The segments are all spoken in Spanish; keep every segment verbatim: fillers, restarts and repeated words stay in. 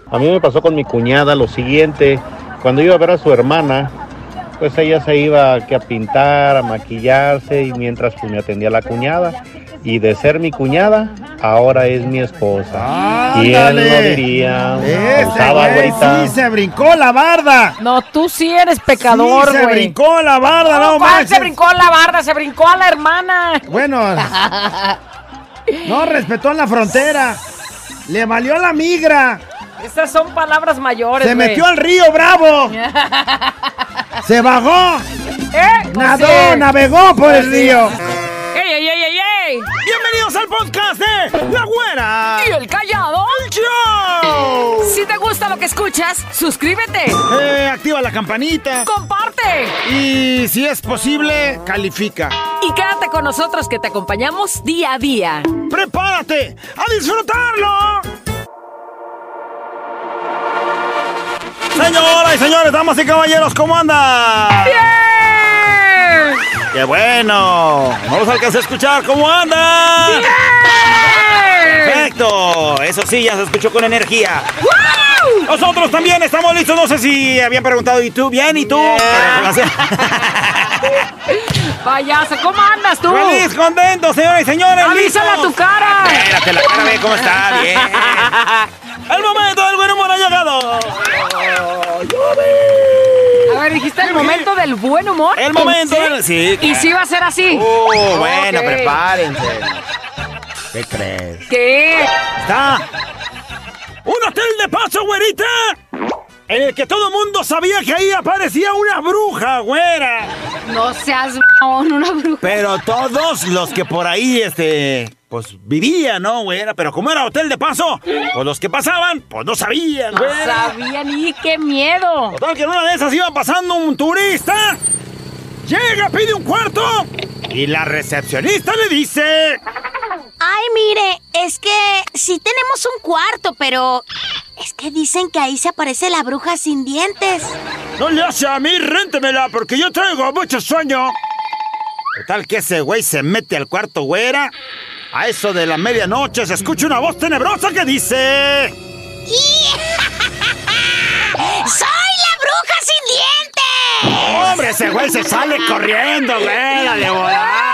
A mí me pasó con mi cuñada lo siguiente. Cuando iba a ver a su hermana, pues ella se iba que a pintar, a maquillarse, y mientras pues me atendía la cuñada. Y de ser mi cuñada, ahora es mi esposa. ¿Quién lo diría? Ese güey sí se brincó la barda. No, tú sí eres pecador, güey. Sí se brincó la barda, no, no manches. se brincó la barda, se brincó a la hermana. Bueno, no respetó en la frontera. Le valió la migra. Estas son palabras mayores, Se güey. metió al río Bravo. Se bajó. ¿Eh? Nadó, Sí. navegó por el río. ¡Ey, ey, ey, ey, ey! Bienvenidos al podcast de La Güera ¿Y el Callado? ¡El show! Si te gusta lo que escuchas, suscríbete. Eh, activa la campanita. Comparte. Y si es posible, califica. Y quédate con nosotros que te acompañamos día a día. ¡Prepárate a disfrutarlo! Señoras y señores, damas y caballeros, ¿cómo andan? ¡Bien! ¡Qué bueno! No los alcancé a escuchar, ¿cómo andan? ¡Bien! ¡Perfecto! Eso sí, ya se escuchó con energía. ¡Woo! Nosotros también estamos listos. No sé si habían preguntado, ¿y tú? ¿Bien? ¿Y tú? Bien. Payaso, ¿cómo andas tú? ¡Feliz, contento, señoras y señores! ¡Avísala a tu cara! Espérate, la cara, ve cómo está. Bien. ¡El momento del buen humor ha llegado! A ver, dijiste el momento del buen humor. El momento ¿Sí? del... Sí. Y sí va a ser así. Uh, bueno, Ok. prepárense. ¿Qué crees? ¿Qué? Está un hotel de paso, güerita, en el que todo el mundo sabía que ahí aparecía una bruja, güera. No seas m******, una bruja. Pero todos los que por ahí, este, pues vivían, ¿no, güera? Pero como era hotel de paso, pues los que pasaban, pues no sabían, No güera. sabían y qué miedo. Total que en una de esas iba pasando un turista, llega, pide un cuarto y la recepcionista le dice... Ay, mire, es que sí tenemos un cuarto, pero es que dicen que ahí se aparece la bruja sin dientes. No le hace a mí, réntemela, porque yo traigo mucho sueño. Total que ese güey se mete al cuarto, güera. A eso de la medianoche se escucha una voz tenebrosa que dice... ¡Soy la bruja sin dientes! ¡Hombre, ese güey se sale corriendo, güera, de volada!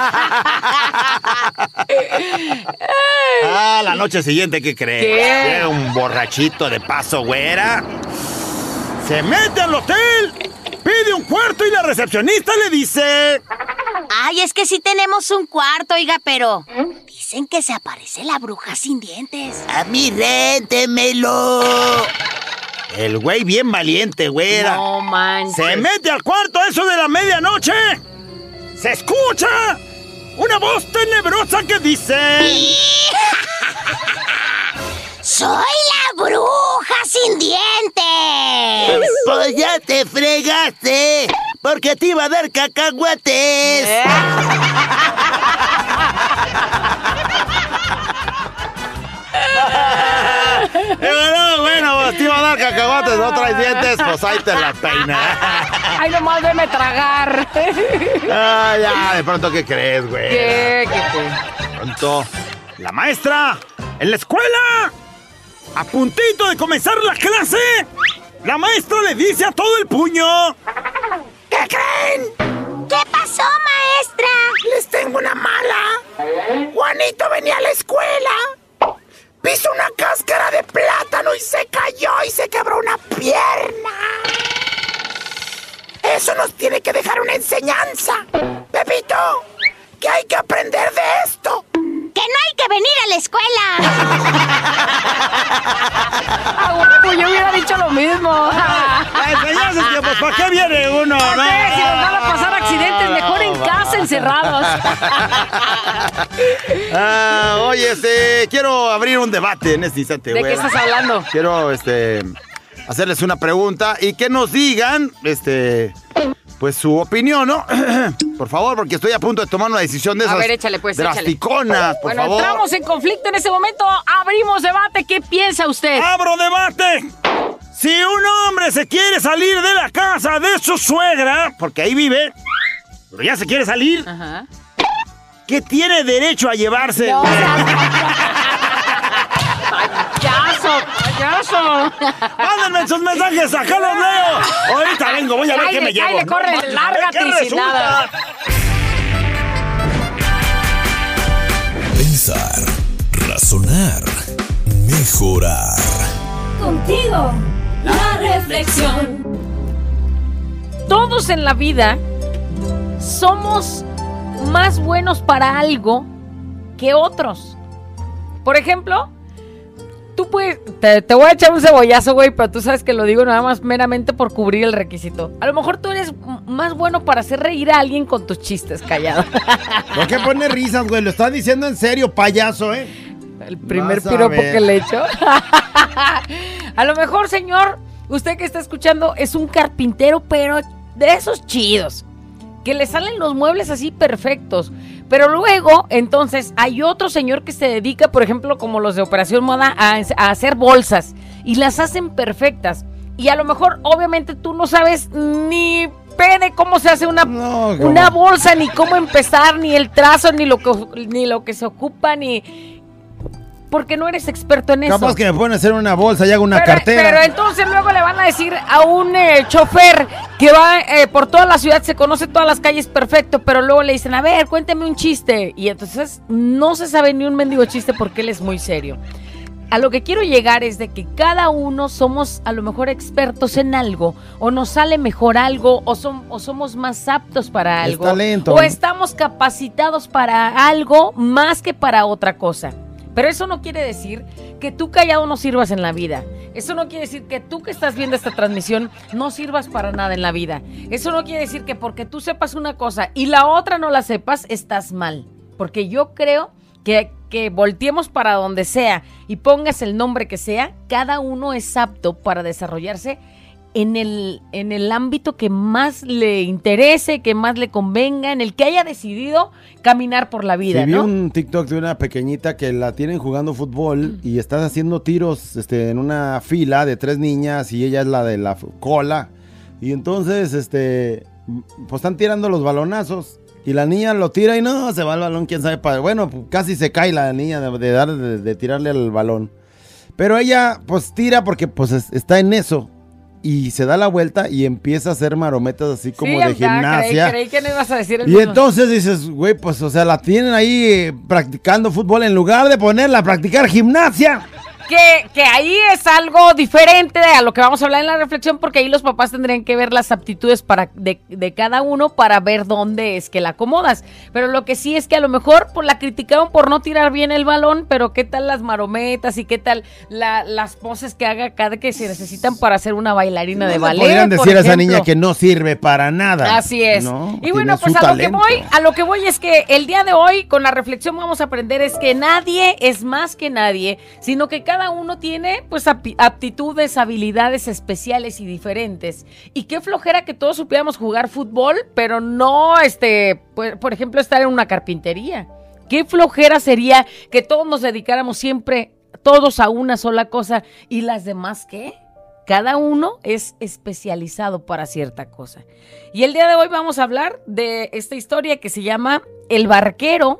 Ah, la noche siguiente, ¿qué crees? ¿Qué? Llega un borrachito de paso, güera. Se mete al hotel, pide un cuarto y la recepcionista le dice... Ay, es que sí tenemos un cuarto, oiga, pero dicen que se aparece la bruja sin dientes. A mí, réntemelo. El güey bien valiente, güera. No manches. Se mete al cuarto a eso de la medianoche. Se escucha una voz tenebrosa que dice... ¡Soy la bruja sin dientes! Pues ya te fregaste, porque te iba a dar cacahuates. ¿Eh? Bueno, bueno, pues te iba a dar cacahuates, no traes dientes, pues ahí te la peina. Ay, nomás veme tragar. Ah, ya, de pronto, ¿qué crees, güey? ¿Qué? ¿Qué? ¿Qué? De pronto, la maestra en la escuela, a puntito de comenzar la clase, la maestra le dice a todo el puño... ¿Qué creen? ¿Qué pasó, maestra? Les tengo una mala. Juanito venía a la escuela, pisó una cáscara de plátano y se cayó y se quebró una pierna. Eso nos tiene que dejar una enseñanza. Pepito, que hay que aprender de esto. ¡Que no hay que venir a la escuela! Ah, pues yo hubiera dicho lo mismo. La enseñanza es que, pues, ¿para qué viene uno, no? Sí, si nos van a pasar accidentes, mejor en casa, encerrados. Ah, oye, este, quiero abrir un debate en este instante, ¿De güey. qué estás hablando? Quiero, este, hacerles una pregunta y que nos digan, este, pues su opinión, ¿no? Por favor, porque estoy a punto de tomar una decisión de esas. A ver, échale, pues, échale. drasticonas, por Bueno, favor. entramos en conflicto en ese momento. Abrimos debate. ¿Qué piensa usted? ¡Abro debate! Si un hombre se quiere salir de la casa de su suegra, porque ahí vive, pero ya se quiere salir, Ajá. ¿qué tiene derecho a llevarse? No, payaso. payaso! ¡Mándenme sus mensajes! ¡Acá los leo! Ahorita vengo, voy a ver qué me llevo. ¡Cállate, corre! No, ¡Lárgate y sin nada! Pensar, razonar, mejorar. Contigo, la reflexión. Todos en la vida somos más buenos para algo que otros. Por ejemplo, tú puedes... Te, te voy a echar un cebollazo, güey, pero tú sabes que lo digo nada más meramente por cubrir el requisito. A lo mejor tú eres más bueno para hacer reír a alguien con tus chistes, callado. ¿Por qué pone risas, güey? Lo estás diciendo en serio, payaso, ¿eh? El primer Vas a piropo ver. que le echo. A lo mejor, señor, usted que está escuchando es un carpintero, pero de esos chidos, que le salen los muebles así perfectos. Pero luego, entonces, hay otro señor que se dedica, por ejemplo, como los de Operación Moda, a, a hacer bolsas. Y las hacen perfectas. Y a lo mejor, obviamente, tú no sabes ni pene cómo se hace una, No, una ¿cómo? bolsa, ni cómo empezar, ni el trazo, ni lo que, ni lo que se ocupa, ni... Porque no eres experto en eso. Capaz que me pueden hacer una bolsa y hago una pero, cartera. Pero entonces luego le van a decir a un eh, chofer que va eh, por toda la ciudad, se conoce todas las calles perfecto, pero luego le dicen, a ver, cuéntame un chiste. Y entonces no se sabe ni un mendigo chiste porque él es muy serio. A lo que quiero llegar es de que cada uno somos a lo mejor expertos en algo, o nos sale mejor algo, o, son, o somos más aptos para Es algo, talento. o estamos capacitados para algo más que para otra cosa. Pero eso no quiere decir que tú callado no sirvas en la vida. Eso no quiere decir que tú que estás viendo esta transmisión no sirvas para nada en la vida. Eso no quiere decir que porque tú sepas una cosa y la otra no la sepas, estás mal. Porque yo creo que, que volteemos para donde sea y pongas el nombre que sea, cada uno es apto para desarrollarse en el, en el ámbito que más le interese, que más le convenga, en el que haya decidido caminar por la vida, Sí, vi ¿no? un TikTok de una pequeñita que la tienen jugando fútbol y están haciendo tiros este, en una fila de tres niñas y ella es la de la f- cola. Y entonces, este, pues están tirando los balonazos y la niña lo tira y no, se va el balón, quién sabe. Para, bueno, pues casi se cae la niña de, de, dar, de, de tirarle al balón. Pero ella, pues tira porque pues es- está en eso. Y se da la vuelta y empieza a hacer marometas así como Sí, de acá, gimnasia. Creí, creí que no ibas a decir el Y mismo. entonces dices, güey, pues, o sea, la tienen ahí eh, practicando fútbol en lugar de ponerla a practicar gimnasia. Que, que ahí es algo diferente a lo que vamos a hablar en la reflexión, porque ahí los papás tendrían que ver las aptitudes para, de, de cada uno para ver dónde es que la acomodas. Pero lo que sí es que a lo mejor pues, la criticaron por no tirar bien el balón, pero qué tal las marometas y qué tal la, las poses que haga cada que se necesitan para hacer una bailarina de No le ballet. podrían por decir a esa ejemplo. niña que no sirve para nada. Así es. ¿No? Y bueno, Tiene pues su a lo talento. que voy, a lo que voy es que el día de hoy con la reflexión vamos a aprender es que nadie es más que nadie, sino que cada uno tiene pues ap- aptitudes, habilidades especiales y diferentes. Y qué flojera que todos supiéramos jugar fútbol, pero no este, pues, por ejemplo, estar en una carpintería. Qué flojera sería que todos nos dedicáramos siempre todos a una sola cosa y las demás ¿qué? Cada uno es especializado para cierta cosa. Y el día de hoy vamos a hablar de esta historia que se llama El Barquero.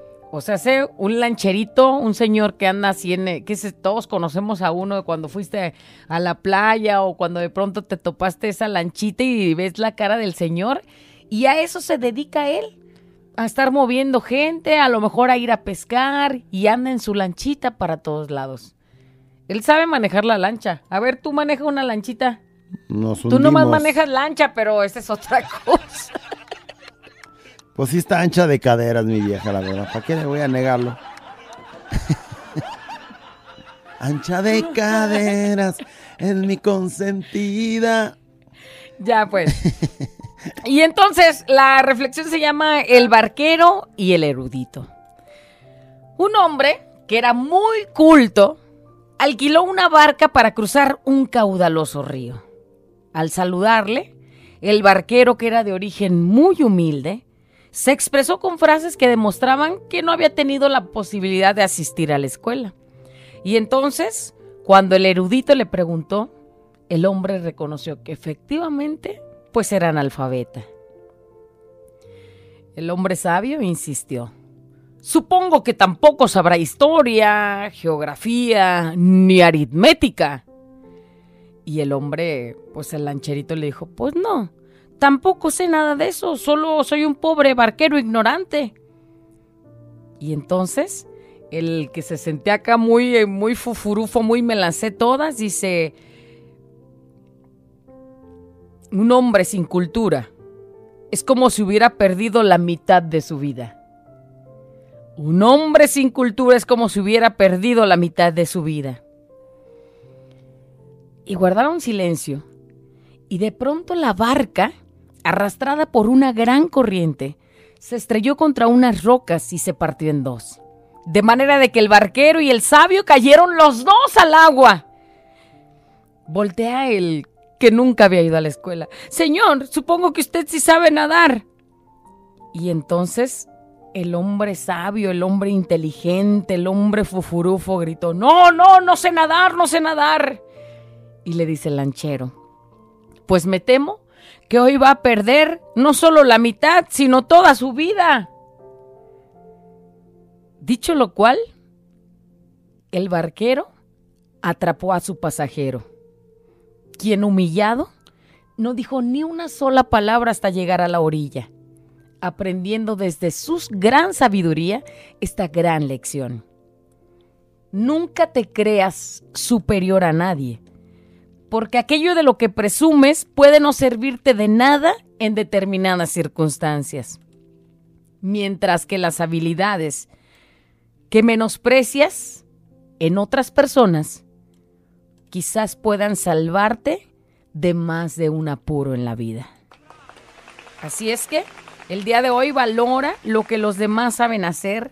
O sea, hace un lancherito, un señor que anda así en... que se, todos conocemos a uno de cuando fuiste a la playa o cuando de pronto te topaste esa lanchita y ves la cara del señor. Y a eso se dedica él. A estar moviendo gente, a lo mejor a ir a pescar y anda en su lanchita para todos lados. Él sabe manejar la lancha. A ver, tú manejas una lanchita. Nos Tú nomás hundimos. manejas lancha, pero esa es otra cosa. Pues sí está ancha de caderas, mi vieja, la verdad. ¿Para qué le voy a negarlo? Ancha de caderas, es mi consentida. Ya, pues. Y entonces, la reflexión se llama El Barquero y el Erudito. Un hombre que era muy culto alquiló una barca para cruzar un caudaloso río. Al saludarle, el barquero, que era de origen muy humilde, se expresó con frases que demostraban que no había tenido la posibilidad de asistir a la escuela. Y entonces, cuando el erudito le preguntó, el hombre reconoció que efectivamente, pues era analfabeta. El hombre sabio insistió. Supongo que tampoco sabrá historia, geografía, ni aritmética. Y el hombre, pues el lancherito le dijo, pues no, tampoco sé nada de eso, solo soy un pobre barquero ignorante. Y entonces, el que se sentía acá muy, muy fufurufo, muy me lancé todas, dice, un hombre sin cultura es como si hubiera perdido la mitad de su vida. Un hombre sin cultura es como si hubiera perdido la mitad de su vida. Y guardaron silencio. Y de pronto la barca, arrastrada por una gran corriente, se estrelló contra unas rocas y se partió en dos. De manera de que el barquero y el sabio cayeron los dos al agua. Voltea el que nunca había ido a la escuela. Señor, supongo que usted sí sabe nadar. Y entonces el hombre sabio, el hombre inteligente, el hombre fufurufo gritó, no, no, no sé nadar, no sé nadar. Y le dice el lanchero, pues me temo que hoy va a perder no solo la mitad, sino toda su vida. Dicho lo cual, el barquero atrapó a su pasajero, quien humillado no dijo ni una sola palabra hasta llegar a la orilla, aprendiendo desde su gran sabiduría esta gran lección. Nunca te creas superior a nadie, porque aquello de lo que presumes puede no servirte de nada en determinadas circunstancias, mientras que las habilidades que menosprecias en otras personas quizás puedan salvarte de más de un apuro en la vida. Así es que el día de hoy valora lo que los demás saben hacer,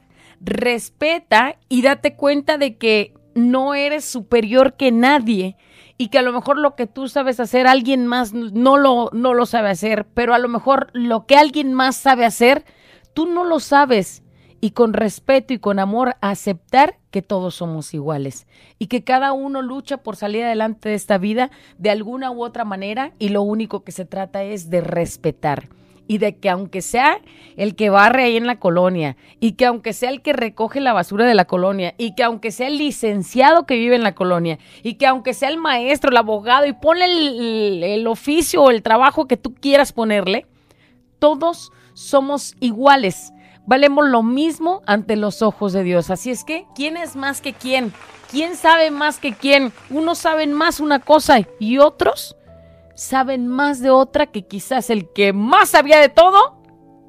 respeta y date cuenta de que no eres superior que nadie y que a lo mejor lo que tú sabes hacer alguien más no lo, no lo sabe hacer, pero a lo mejor lo que alguien más sabe hacer, tú no lo sabes. Y con respeto y con amor aceptar que todos somos iguales y que cada uno lucha por salir adelante de esta vida de alguna u otra manera y lo único que se trata es de respetar y de que aunque sea el que barre ahí en la colonia y que aunque sea el que recoge la basura de la colonia y que aunque sea el licenciado que vive en la colonia y que aunque sea el maestro, el abogado y ponle el, el, el oficio o el trabajo que tú quieras ponerle, todos somos iguales. Valemos lo mismo ante los ojos de Dios. Así es que, ¿quién es más que quién? ¿Quién sabe más que quién? Unos saben más una cosa y otros saben más de otra, que quizás el que más sabía de todo,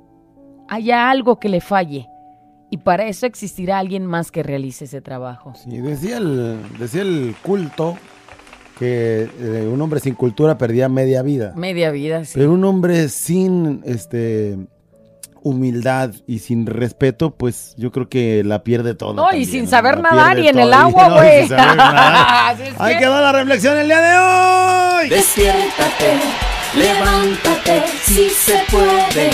haya algo que le falle. Y para eso existirá alguien más que realice ese trabajo. Sí, decía el, decía el culto que eh, un hombre sin cultura perdía media vida. Media vida, sí. Pero un hombre sin este... humildad y sin respeto, pues yo creo que la pierde todo. No, también, y sin ¿no? saber La nadar y en todo. el agua, güey. No, ahí quedó la reflexión el día de hoy. Despiértate, levántate, si se puede.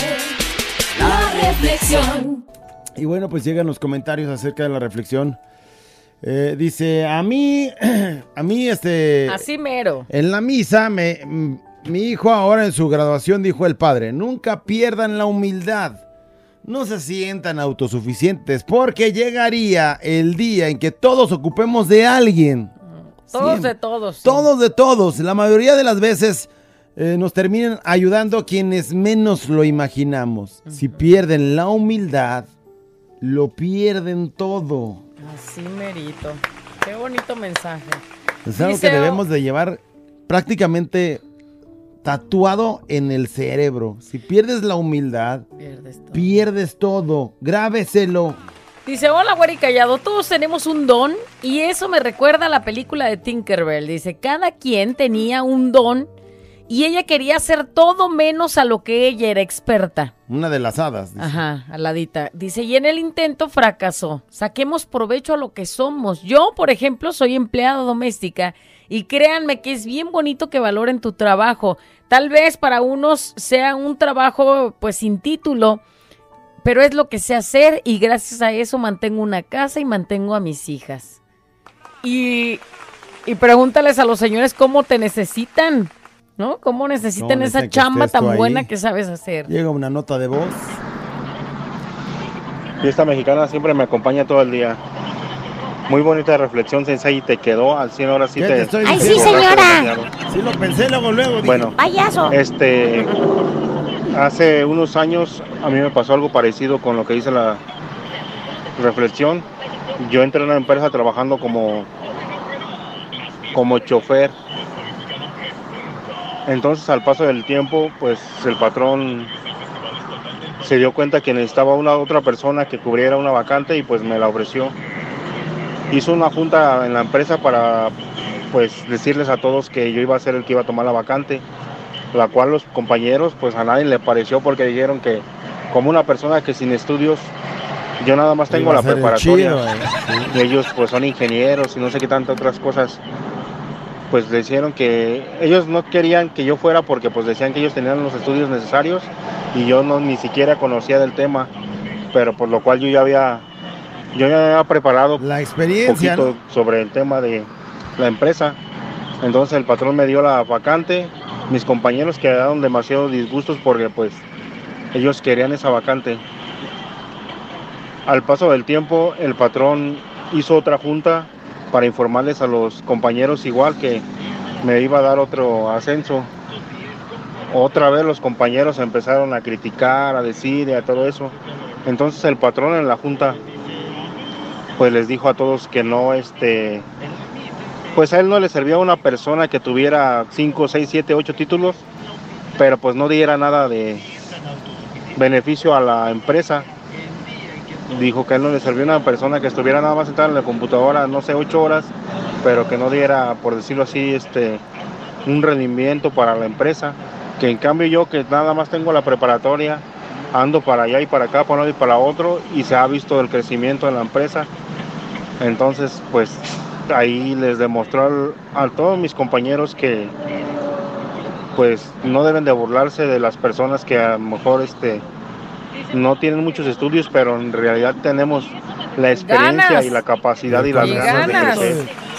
La reflexión. Y bueno, pues llegan los comentarios acerca de la reflexión. Eh, dice, a mí, a mí este... Así mero. En la misa me... Mi hijo ahora en su graduación dijo el padre, nunca pierdan la humildad, no se sientan autosuficientes porque llegaría el día en que todos ocupemos de alguien. Todos Siempre. de todos. Sí. Todos de todos, la mayoría de las veces eh, nos terminan ayudando a quienes menos lo imaginamos. Uh-huh. Si pierden la humildad, lo pierden todo. Así merito, qué bonito mensaje. Es algo Dice, que debemos de llevar prácticamente tatuado en el cerebro. Si pierdes la humildad, pierdes todo. Pierdes todo. Grábeselo. Dice, hola, güey callado, todos tenemos un don y eso me recuerda a la película de Tinkerbell. Dice, cada quien tenía un don y ella quería hacer todo menos a lo que ella era experta. Una de las hadas. Dice. Ajá, aladita. Dice, y en el intento fracasó. Saquemos provecho a lo que somos. Yo, por ejemplo, soy empleada doméstica y créanme que es bien bonito que valoren tu trabajo. Tal vez para unos sea un trabajo pues sin título, pero es lo que sé hacer y gracias a eso mantengo una casa y mantengo a mis hijas. Y, y pregúntales a los señores cómo te necesitan, ¿no? ¿Cómo necesitan esa chamba tan buena que sabes hacer? Llega una nota de voz. Fiesta Mexicana siempre me acompaña todo el día. Muy bonita reflexión, Sensei, te quedó al cien, ahora sí ¿Qué te... te estoy ¡Ay, sí, diciendo? señora! Sí lo pensé luego, luego. dije, Bueno, ¡Payaso! este, hace unos años a mí me pasó algo parecido con lo que dice la reflexión. Yo entré en una empresa trabajando como, como chofer. Entonces, al paso del tiempo, pues el patrón se dio cuenta que necesitaba una otra persona que cubriera una vacante y pues me la ofreció. Hizo una junta en la empresa para pues decirles a todos que yo iba a ser el que iba a tomar la vacante, la cual los compañeros pues a nadie le pareció porque dijeron que como una persona que sin estudios, yo nada más tengo iba a la ser el preparatoria chido, eh, sí. y ellos pues son ingenieros y no sé qué tantas otras cosas. Pues decían que ellos no querían que yo fuera porque pues decían que ellos tenían los estudios necesarios y yo no ni siquiera conocía del tema, pero por lo cual yo ya había yo ya había preparado La un experiencia, poquito ¿no? sobre el tema de la empresa. Entonces el patrón me dio la vacante, mis compañeros quedaron demasiado disgustos porque pues ellos querían esa vacante. Al paso del tiempo el patrón hizo otra junta para informarles a los compañeros igual que me iba a dar otro ascenso. Otra vez los compañeros empezaron a criticar, a decir y a todo eso. Entonces el patrón en la junta pues les dijo a todos que no, este, pues a él no le servía una persona que tuviera cinco, seis, siete, ocho títulos, pero pues no diera nada de beneficio a la empresa. Dijo que a él no le servía una persona que estuviera nada más sentada en la computadora, no sé, ocho horas, pero que no diera, por decirlo así, este, un rendimiento para la empresa. Que en cambio yo, que nada más tengo la preparatoria, ando para allá y para acá, para uno y para otro, y se ha visto el crecimiento en la empresa. Entonces, pues, ahí les demostró a, a todos mis compañeros que, pues, no deben de burlarse de las personas que a lo mejor, este, no tienen muchos estudios, pero en realidad tenemos la experiencia Ganas. y la capacidad y las Y ganas de ganas. crecer.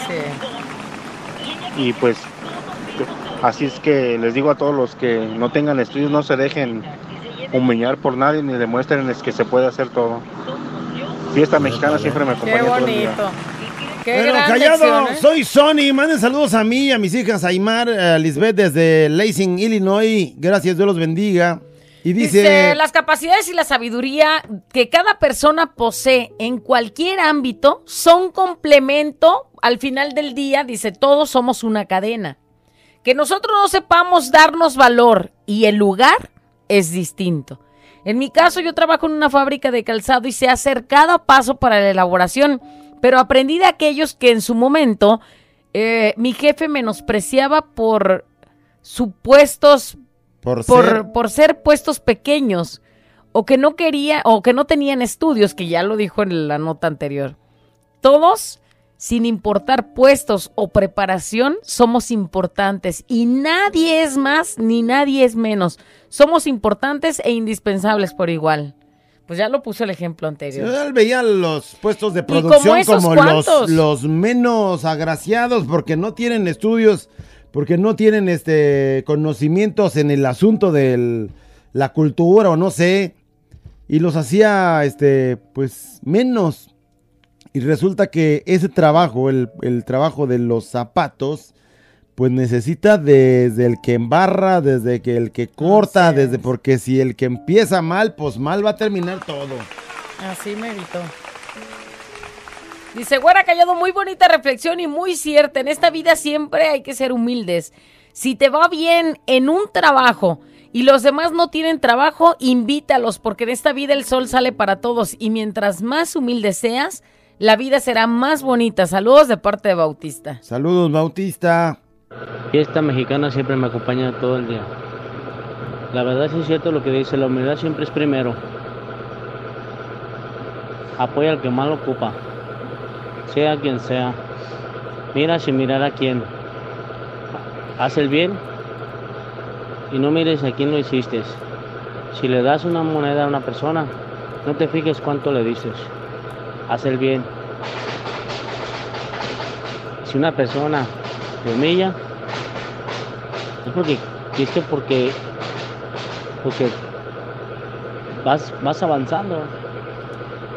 Sí. Y pues así es que les digo a todos los que no tengan estudios, no se dejen humillar por nadie ni demuestren que se puede hacer todo. Fiesta Mexicana siempre me Qué acompaña todo el día. bonito. Qué Bueno, gran callado, lección, ¿eh? soy Sony. Manden saludos a mí y a mis hijas Aymar, eh, Lisbeth desde Lansing, Illinois. Gracias, Dios los bendiga. Y dice, Dice, las capacidades y la sabiduría que cada persona posee en cualquier ámbito son complemento. Al final del día, dice, todos somos una cadena. Que nosotros no sepamos darnos valor y el lugar es distinto. En mi caso, yo trabajo en una fábrica de calzado y sé hacer cada paso para la elaboración, pero aprendí de aquellos que en su momento eh, mi jefe menospreciaba por supuestos por, por, ser, por ser puestos pequeños o que no quería o que no tenían estudios, que ya lo dijo en la nota anterior. Todos, sin importar puestos o preparación, somos importantes y nadie es más ni nadie es menos. Somos importantes e indispensables por igual. Pues ya lo puso el ejemplo anterior. yo veía los puestos de como producción esos, como, los, ¿cuántos? los menos agraciados porque no tienen estudios, porque no tienen este conocimientos en el asunto de la cultura o no sé, y los hacía este pues menos. Y resulta que ese trabajo, el, el trabajo de los zapatos, pues necesita desde el que embarra, desde que el que corta, Así es. desde porque si el que empieza mal, pues mal va a terminar todo. Así me evitó. Dice, Güera Callado, muy bonita reflexión y muy cierta. En esta vida siempre hay que ser humildes. Si te va bien en un trabajo y los demás no tienen trabajo, invítalos, porque en esta vida el sol sale para todos. Y mientras más humilde seas, la vida será más bonita. Saludos de parte de Bautista. Saludos, Bautista. Fiesta Mexicana siempre me acompaña todo el día. La verdad sí es cierto lo que dice, la humildad siempre es primero. Apoya al que más lo ocupa, sea quien sea. Mira sin mirar a quién. Haz el bien y no mires a quién lo hiciste. Si le das una moneda a una persona, no te fijes cuánto le dices. Haz el bien. Si una persona te humilla, es porque, es que porque, porque vas, vas avanzando.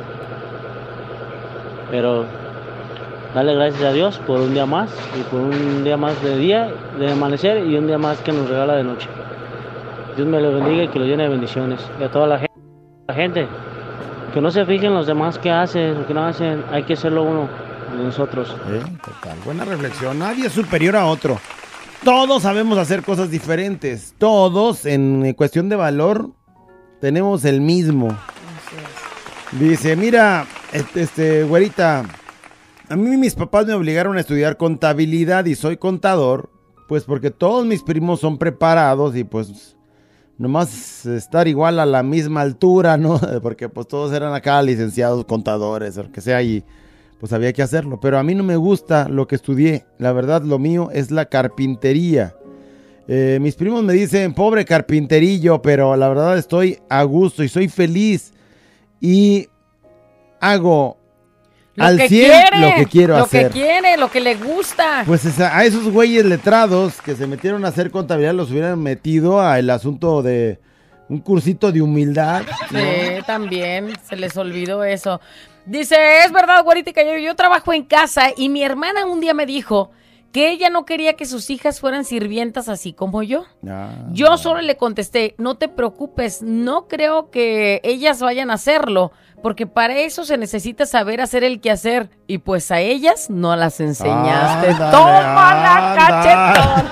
Pero dale gracias a Dios por un día más y por un día más de día, de amanecer y un día más que nos regala de noche. Dios me lo bendiga y que lo llene de bendiciones. Y a toda la gente, la gente que no se fijen los demás que hacen o que no hacen, hay que hacerlo uno de nosotros. Eh, total, buena reflexión. Nadie es superior a otro. Todos sabemos hacer cosas diferentes. Todos, en cuestión de valor, tenemos el mismo. Dice, mira, este, este, güerita, a mí mis papás me obligaron a estudiar contabilidad y soy contador, pues porque todos mis primos son preparados y pues nomás estar igual a la misma altura, ¿no? Porque pues todos eran acá licenciados, contadores, o lo que sea, y pues había que hacerlo. Pero a mí no me gusta lo que estudié. La verdad, lo mío es la carpintería. Eh, mis primos me dicen, pobre carpinterillo, pero la verdad estoy a gusto y soy feliz. Y hago Lo al que cien quiere, lo que quiero lo hacer. Lo que quiere, lo que le gusta. Pues esa, a esos güeyes letrados que se metieron a hacer contabilidad los hubieran metido al asunto de un cursito de humildad, ¿no? Sí, también se les olvidó eso. Dice, es verdad, güerita, yo, yo trabajo en casa y mi hermana un día me dijo que ella no quería que sus hijas fueran sirvientas así como yo. Ah, yo solo le contesté, no te preocupes, no creo que ellas vayan a hacerlo, porque para eso se necesita saber hacer el quehacer y pues a ellas no las enseñaste. Ándale, ¡Toma la anda.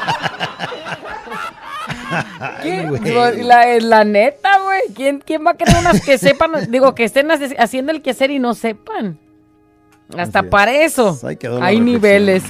cachetona! ¿Qué? La, la neta, güey. ¿Quién, ¿Quién va a querer unas que sepan, digo, que estén haciendo el quehacer y no sepan? Hasta Así para es. eso Ahí quedó la hay reflexión. niveles.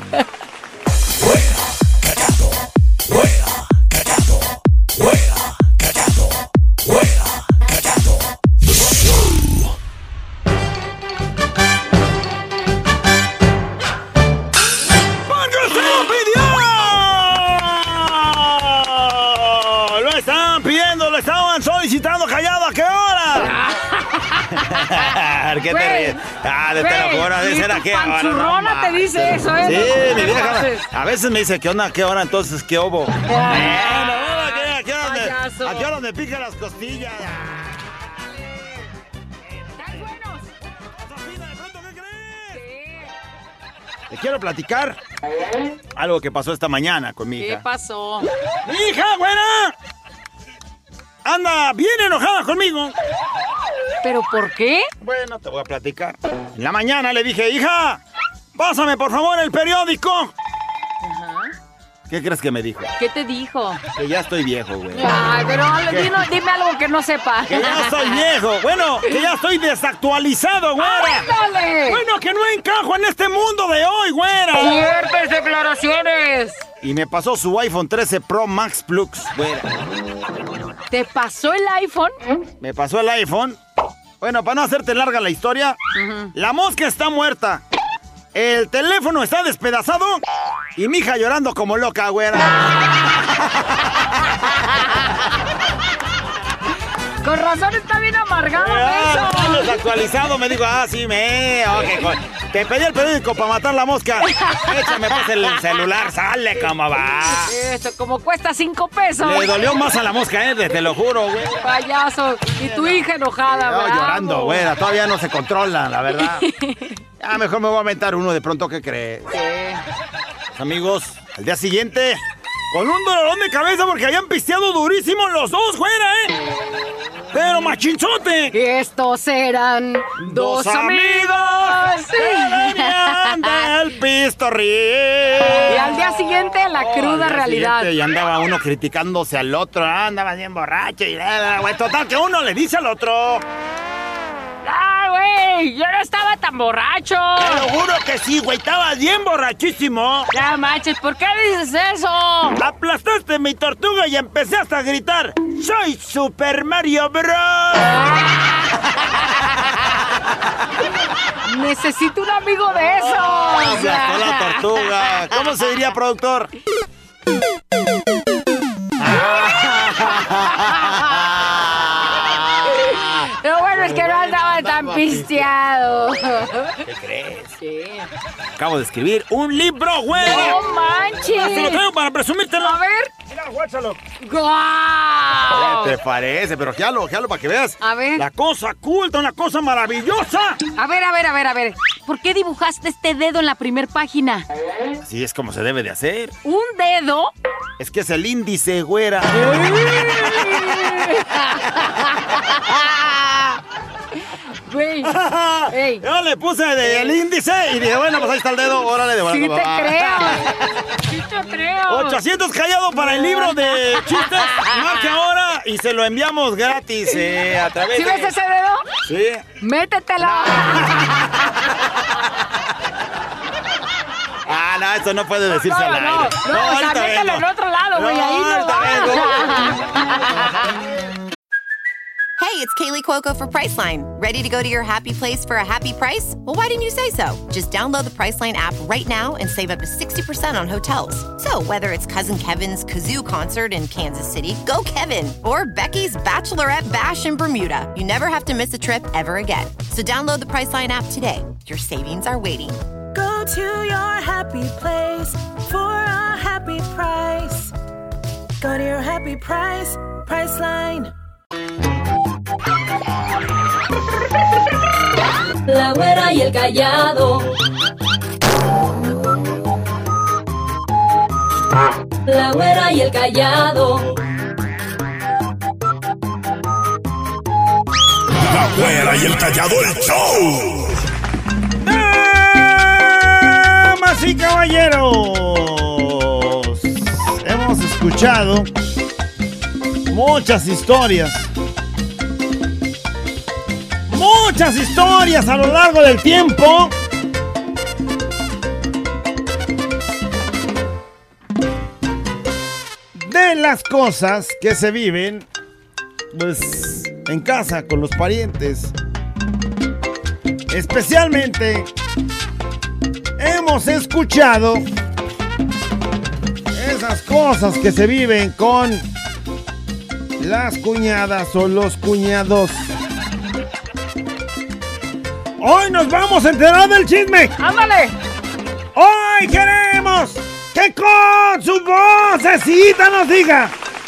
Solicitando callado, ¿a qué hora? ¿Qué te ríes? Ah, de te lo juro, de ser a qué hora. Panzurrona te dice eso, ¿eh? Sí, No, mi no vieja. haces. A veces me dice, ¿qué onda? ¿A qué hora? Entonces, ¿qué hubo? Ah, Bueno, ¿a qué hora me- payaso. ¿a qué hora me pican las costillas? Sofina, ¿de pronto qué crees? Te quiero platicar algo que pasó esta mañana con mi ¿Qué hija. pasó? ¡Mi hija, güera! Anda bien enojada conmigo. ¿Pero por qué? Bueno, te voy a platicar. En la mañana le dije, hija, pásame por favor el periódico. Ajá. ¿Qué crees que me dijo? ¿Qué te dijo? Que ya estoy viejo, güey. Ay, pero ¿Qué? dime, dime algo que no sepa. Que ya estoy viejo. Bueno, que ya estoy desactualizado, güera. ¡Ándale! Bueno, que no encajo en este mundo de hoy, güera. ¡Fuertes declaraciones! Y me pasó su iPhone trece Pro Max Plus, güera. ¿Te pasó el iPhone? Me pasó el iPhone. Bueno, para no hacerte larga la historia, Uh-huh. la mosca está muerta. El teléfono está despedazado y mi hija llorando como loca, güera. Con razón está bien amargado Ah, eso. desactualizado, me dijo, ah, sí, me... ok, co- te pedí el periódico para matar la mosca. Échame pues el celular, sale como va. Esto como cuesta cinco pesos. Le dolió más a la mosca, eh, te lo juro, güey. Payaso. Y tu hija enojada, No, bravo. llorando, güera, todavía no se controla, la verdad. Ah, mejor me voy a aventar uno de pronto, ¿qué crees? ¿Qué? Amigos, al día siguiente, con un dolorón de cabeza porque habían pisteado durísimo los dos, güera, ¿eh? Pero machinzote. Estos eran dos, Dos amigos que venían del pistorrío. Y al día siguiente, la Oh, cruda al día realidad. siguiente, Y andaba uno criticándose al otro, ah, andaba bien borracho y nada, güey. Total, que uno le dice al otro. ¡Ah, güey! Yo no estaba tan borracho. Te lo juro que sí, güey, estabas bien borrachísimo. Ya manches, ¿por qué dices eso? Aplastaste mi tortuga y empecé hasta a gritar: ¡Soy Super Mario Bros! Necesito un amigo de esos. Aplastó la tortuga. ¿Cómo se diría, productor? Lo bueno es que no andaba tan pisteado. ¿Qué crees? ¿Qué? Acabo de escribir un libro, güey. ¡No manches! Te lo traigo para presumírtelo. A ver. Mira, guáchalo. ¡Guau! ¿Qué te parece? Pero ojealo, ojealo para que veas. A ver. La cosa oculta, una cosa maravillosa. A ver, a ver, a ver, a ver. ¿Por qué dibujaste este dedo en la primer página? Así es como se debe de hacer. ¿Un dedo? Es que es el índice, güera. Güey. Ey. Yo le puse de- el índice y dije, bueno, pues ahí está el dedo, órale de Sí bueno. te creo. Sí te creo. ochocientos callados para el libro de chistes. Marque ahora y se lo enviamos gratis eh, a través ¿Sí de... ves ese dedo? Sí. ¡Métetelo! Ah, no, eso no puede decirse No, al aire. no, no, o sea, ahorita mételo vengo. en otro lado, güey, ahí no ahorita va. vengo. Hey, it's Kaylee Cuoco for Priceline. Ready to go to your happy place for a happy price? Well, why didn't you say so? Just download the Priceline app right now and save up to sixty percent on hotels. So whether it's Cousin Kevin's Kazoo Concert in Kansas City, go Kevin, or Becky's Bachelorette Bash in Bermuda, you never have to miss a trip ever again. So download the Priceline app today. Your savings are waiting. Go to your happy place for a happy price. Go to your happy price, Priceline. La güera y el callado. La güera y el callado. La güera y el callado, el show. Damas y caballeros, hemos escuchado muchas historias. Muchas historias a lo largo del tiempo. De las cosas que se viven, pues, en casa con los parientes. Especialmente hemos escuchado esas cosas que se viven con las cuñadas o los cuñados. Hoy nos vamos a enterar del chisme. ¡Ándale! Hoy queremos que con su vocecita nos diga: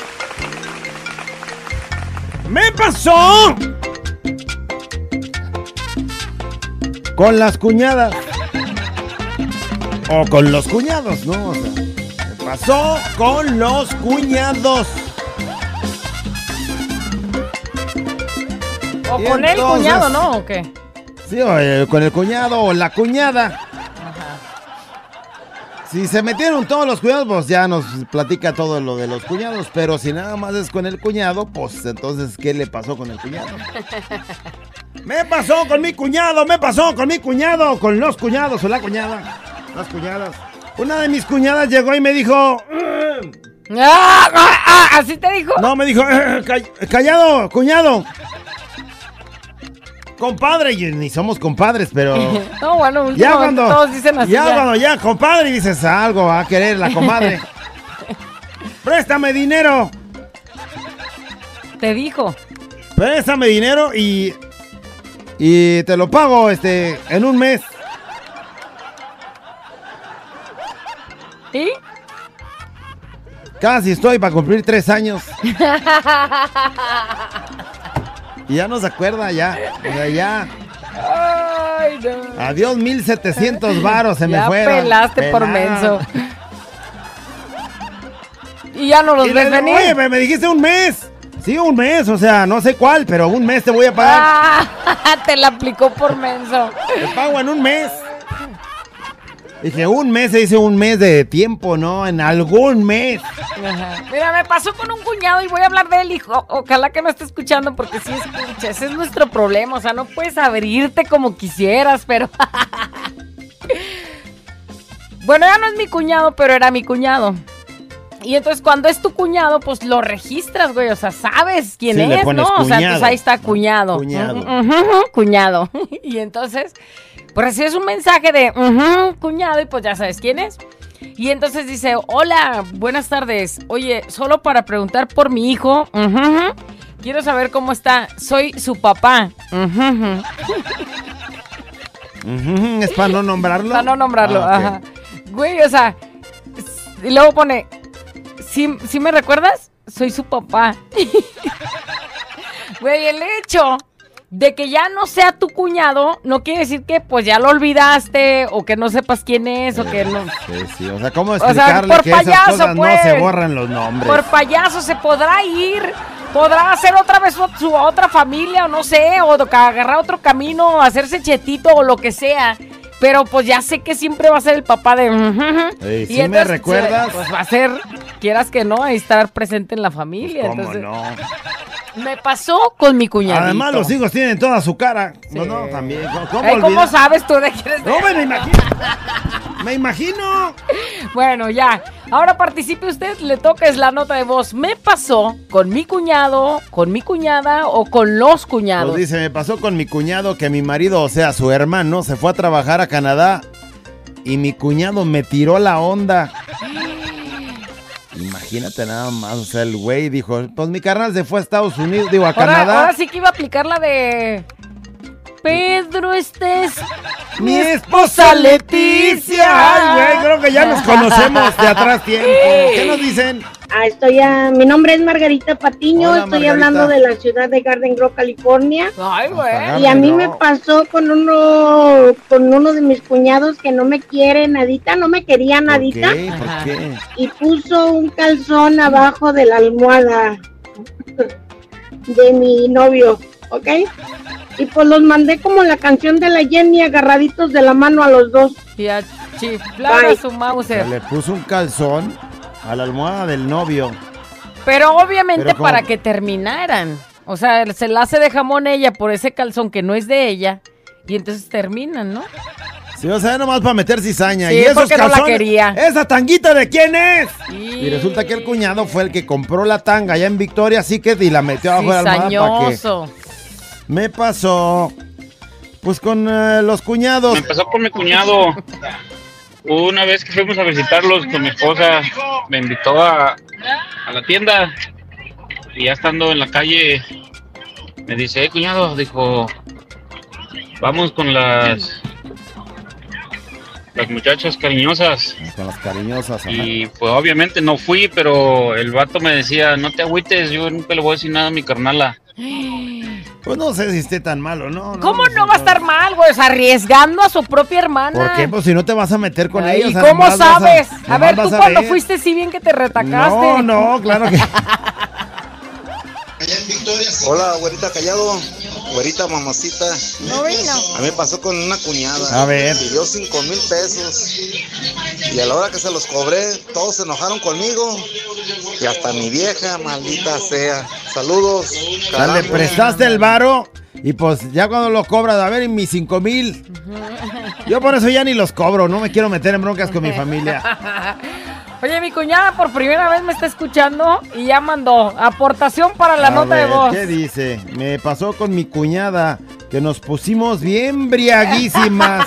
me pasó con las cuñadas o con los cuñados, ¿no? O sea, me pasó con los cuñados. O Y con el entonces- cuñado, ¿no? ¿O qué? Sí, o, eh, con el cuñado o la cuñada. Si se metieron todos los cuñados, pues ya nos platica todo lo de los cuñados. Pero si nada más es con el cuñado, pues entonces, ¿qué le pasó con el cuñado? Me pasó con mi cuñado, me pasó con mi cuñado, con los cuñados o la cuñada. Las cuñadas. Una de mis cuñadas llegó y me dijo... ¡Ah, ah, ah! ¿Así te dijo? No, me dijo, "Call- callado, cuñado. Compadre", y ni somos compadres, pero... No, bueno, Ya últimamente cuando, todos dicen así. ya cuando ya, compadre, dices algo, va a querer la comadre. Préstame dinero. Te dijo. Préstame dinero y... Y te lo pago, este, en un mes. ¿Y? Casi estoy para cumplir tres años. Y ya no se acuerda, ya. O sea, ya. Ay, no. Adiós, mil setecientos varos se me Ya fueron. pelaste por Pelado. menso. Y ya no los Y ves le digo, venir. oye, me, me dijiste un mes. Sí, un mes, o sea, no sé cuál, pero un mes te voy a pagar. Ah, te la aplicó por menso. Te pago en un mes. Dije, un mes se dice un mes de tiempo, ¿no? En algún mes. Ajá. Mira, me pasó con un cuñado y voy a hablar de él, hijo. Ojalá que no esté escuchando porque sí escucha. Ese es nuestro problema. O sea, no puedes abrirte como quisieras, pero... Bueno, ya no es mi cuñado, pero era mi cuñado. Y entonces cuando es tu cuñado, pues lo registras, güey. O sea, sabes quién Sí, le es, pones ¿no? O sea, cuñado. pues ahí está cuñado. Cuñado. Ujú, ujú, cuñado. Y entonces, pues recibes un mensaje de ujú, cuñado y pues ya sabes quién es. Y entonces dice, hola, buenas tardes. Oye, solo para preguntar por mi hijo. Ujú, quiero saber cómo está. Soy su papá. Ujú. Ujú, es para no nombrarlo. Para no nombrarlo, Ah, ok. ajá. Güey, o sea, y luego pone, ¿Sí, ¿sí me recuerdas? Soy su papá. Güey, el hecho de que ya no sea tu cuñado no quiere decir que pues ya lo olvidaste o que no sepas quién es o que no. Sí, sí, o sea, ¿cómo O sea, explicarle por que payaso, esas cosas pues. no se borran los nombres? Por payaso se podrá ir, podrá hacer otra vez su, su otra familia o no sé, o agarrar otro camino, hacerse chetito o lo que sea. Pero pues ya sé que siempre va a ser el papá de... Ey, y ¿sí me recuerdas? Pues va a ser, quieras que no, ahí estar presente en la familia. ¿Cómo entonces, no? Me pasó con mi cuñadito. Además, los hijos tienen toda su cara. Sí. No, no, también. ¿Cómo, cómo, Ay, ¿cómo olvidar? sabes tú de quién es? No, me imagino. Me imagino. Bueno, ya. Ahora participe usted, le toca es la nota de voz. Me pasó con mi cuñado, con mi cuñada o con los cuñados. Pues dice, me pasó con mi cuñado que mi marido, o sea, su hermano, se fue a trabajar a Canadá y mi cuñado me tiró la onda. Imagínate nada más, o sea, el güey dijo, pues mi carnal se fue a Estados Unidos, digo, a Ahora, Canadá. ahora sí que iba a aplicar la de... Pedro, este es mi esposa Leticia. Ay, güey, creo que ya nos conocemos de atrás tiempo. ¿Qué nos dicen? Ah, estoy a, mi nombre es Margarita Patiño, Hola, estoy Margarita. hablando de la ciudad de Garden Grove, California. Ay, güey. Y a mí me pasó con uno con uno de mis cuñados que no me quiere nadita, no me quería nadita. ¿Por qué? ¿Por qué? Y puso un calzón abajo de la almohada de mi novio, ¿ok? Y pues los mandé como la canción de la Jenny, agarraditos de la mano a los dos. Y a chiflar a su Mauser. Se le puso un calzón a la almohada del novio. Pero obviamente Pero ¿cómo? para que terminaran. O sea, se la hace de jamón ella por ese calzón que no es de ella. Y entonces terminan, ¿no? Sí, o sea, nomás para meter cizaña. Sí, y esos porque no la calzones, quería. ¿esa tanguita de quién es? Sí. Y resulta que el cuñado fue el que compró la tanga allá en Victoria Secret y la metió abajo de la almohada para que... Cizañoso. Me pasó, pues con eh, los cuñados. Me empezó con mi cuñado. Una vez que fuimos a visitarlos con mi esposa, me invitó a, a la tienda y ya estando en la calle me dice, eh, cuñado, dijo, vamos con las las muchachas cariñosas. Con las cariñosas, ajá. Y pues obviamente no fui, pero el vato me decía, no te agüites, yo nunca le voy a decir nada a mi carnala. Pues no sé si esté tan malo, ¿no? ¿Cómo no va a estar mal, güey? O sea, arriesgando a su propia hermana. ¿Por qué? Pues si no te vas a meter con Ay, ellos. ¿y cómo nomás vas a- sabes? A, nomás ver, vas tú a cuando ver. fuiste, sí bien que te retacaste. No, no, claro que... Hola, güerita Callado, güerita mamacita. No vino. A mí me pasó con una cuñada. A ver. Me pidió cinco mil pesos. Y a la hora que se los cobré, todos se enojaron conmigo. Y hasta mi vieja, maldita sea. Saludos. O sea, carajo. le prestaste el varo y pues ya cuando lo cobras, a ver, y mis cinco mil. Yo por eso ya ni los cobro, no me quiero meter en broncas con mi familia. Oye, mi cuñada por primera vez me está escuchando y ya mandó aportación para la A nota ver, de voz. ¿qué dice? Me pasó con mi cuñada que nos pusimos bien briaguísimas.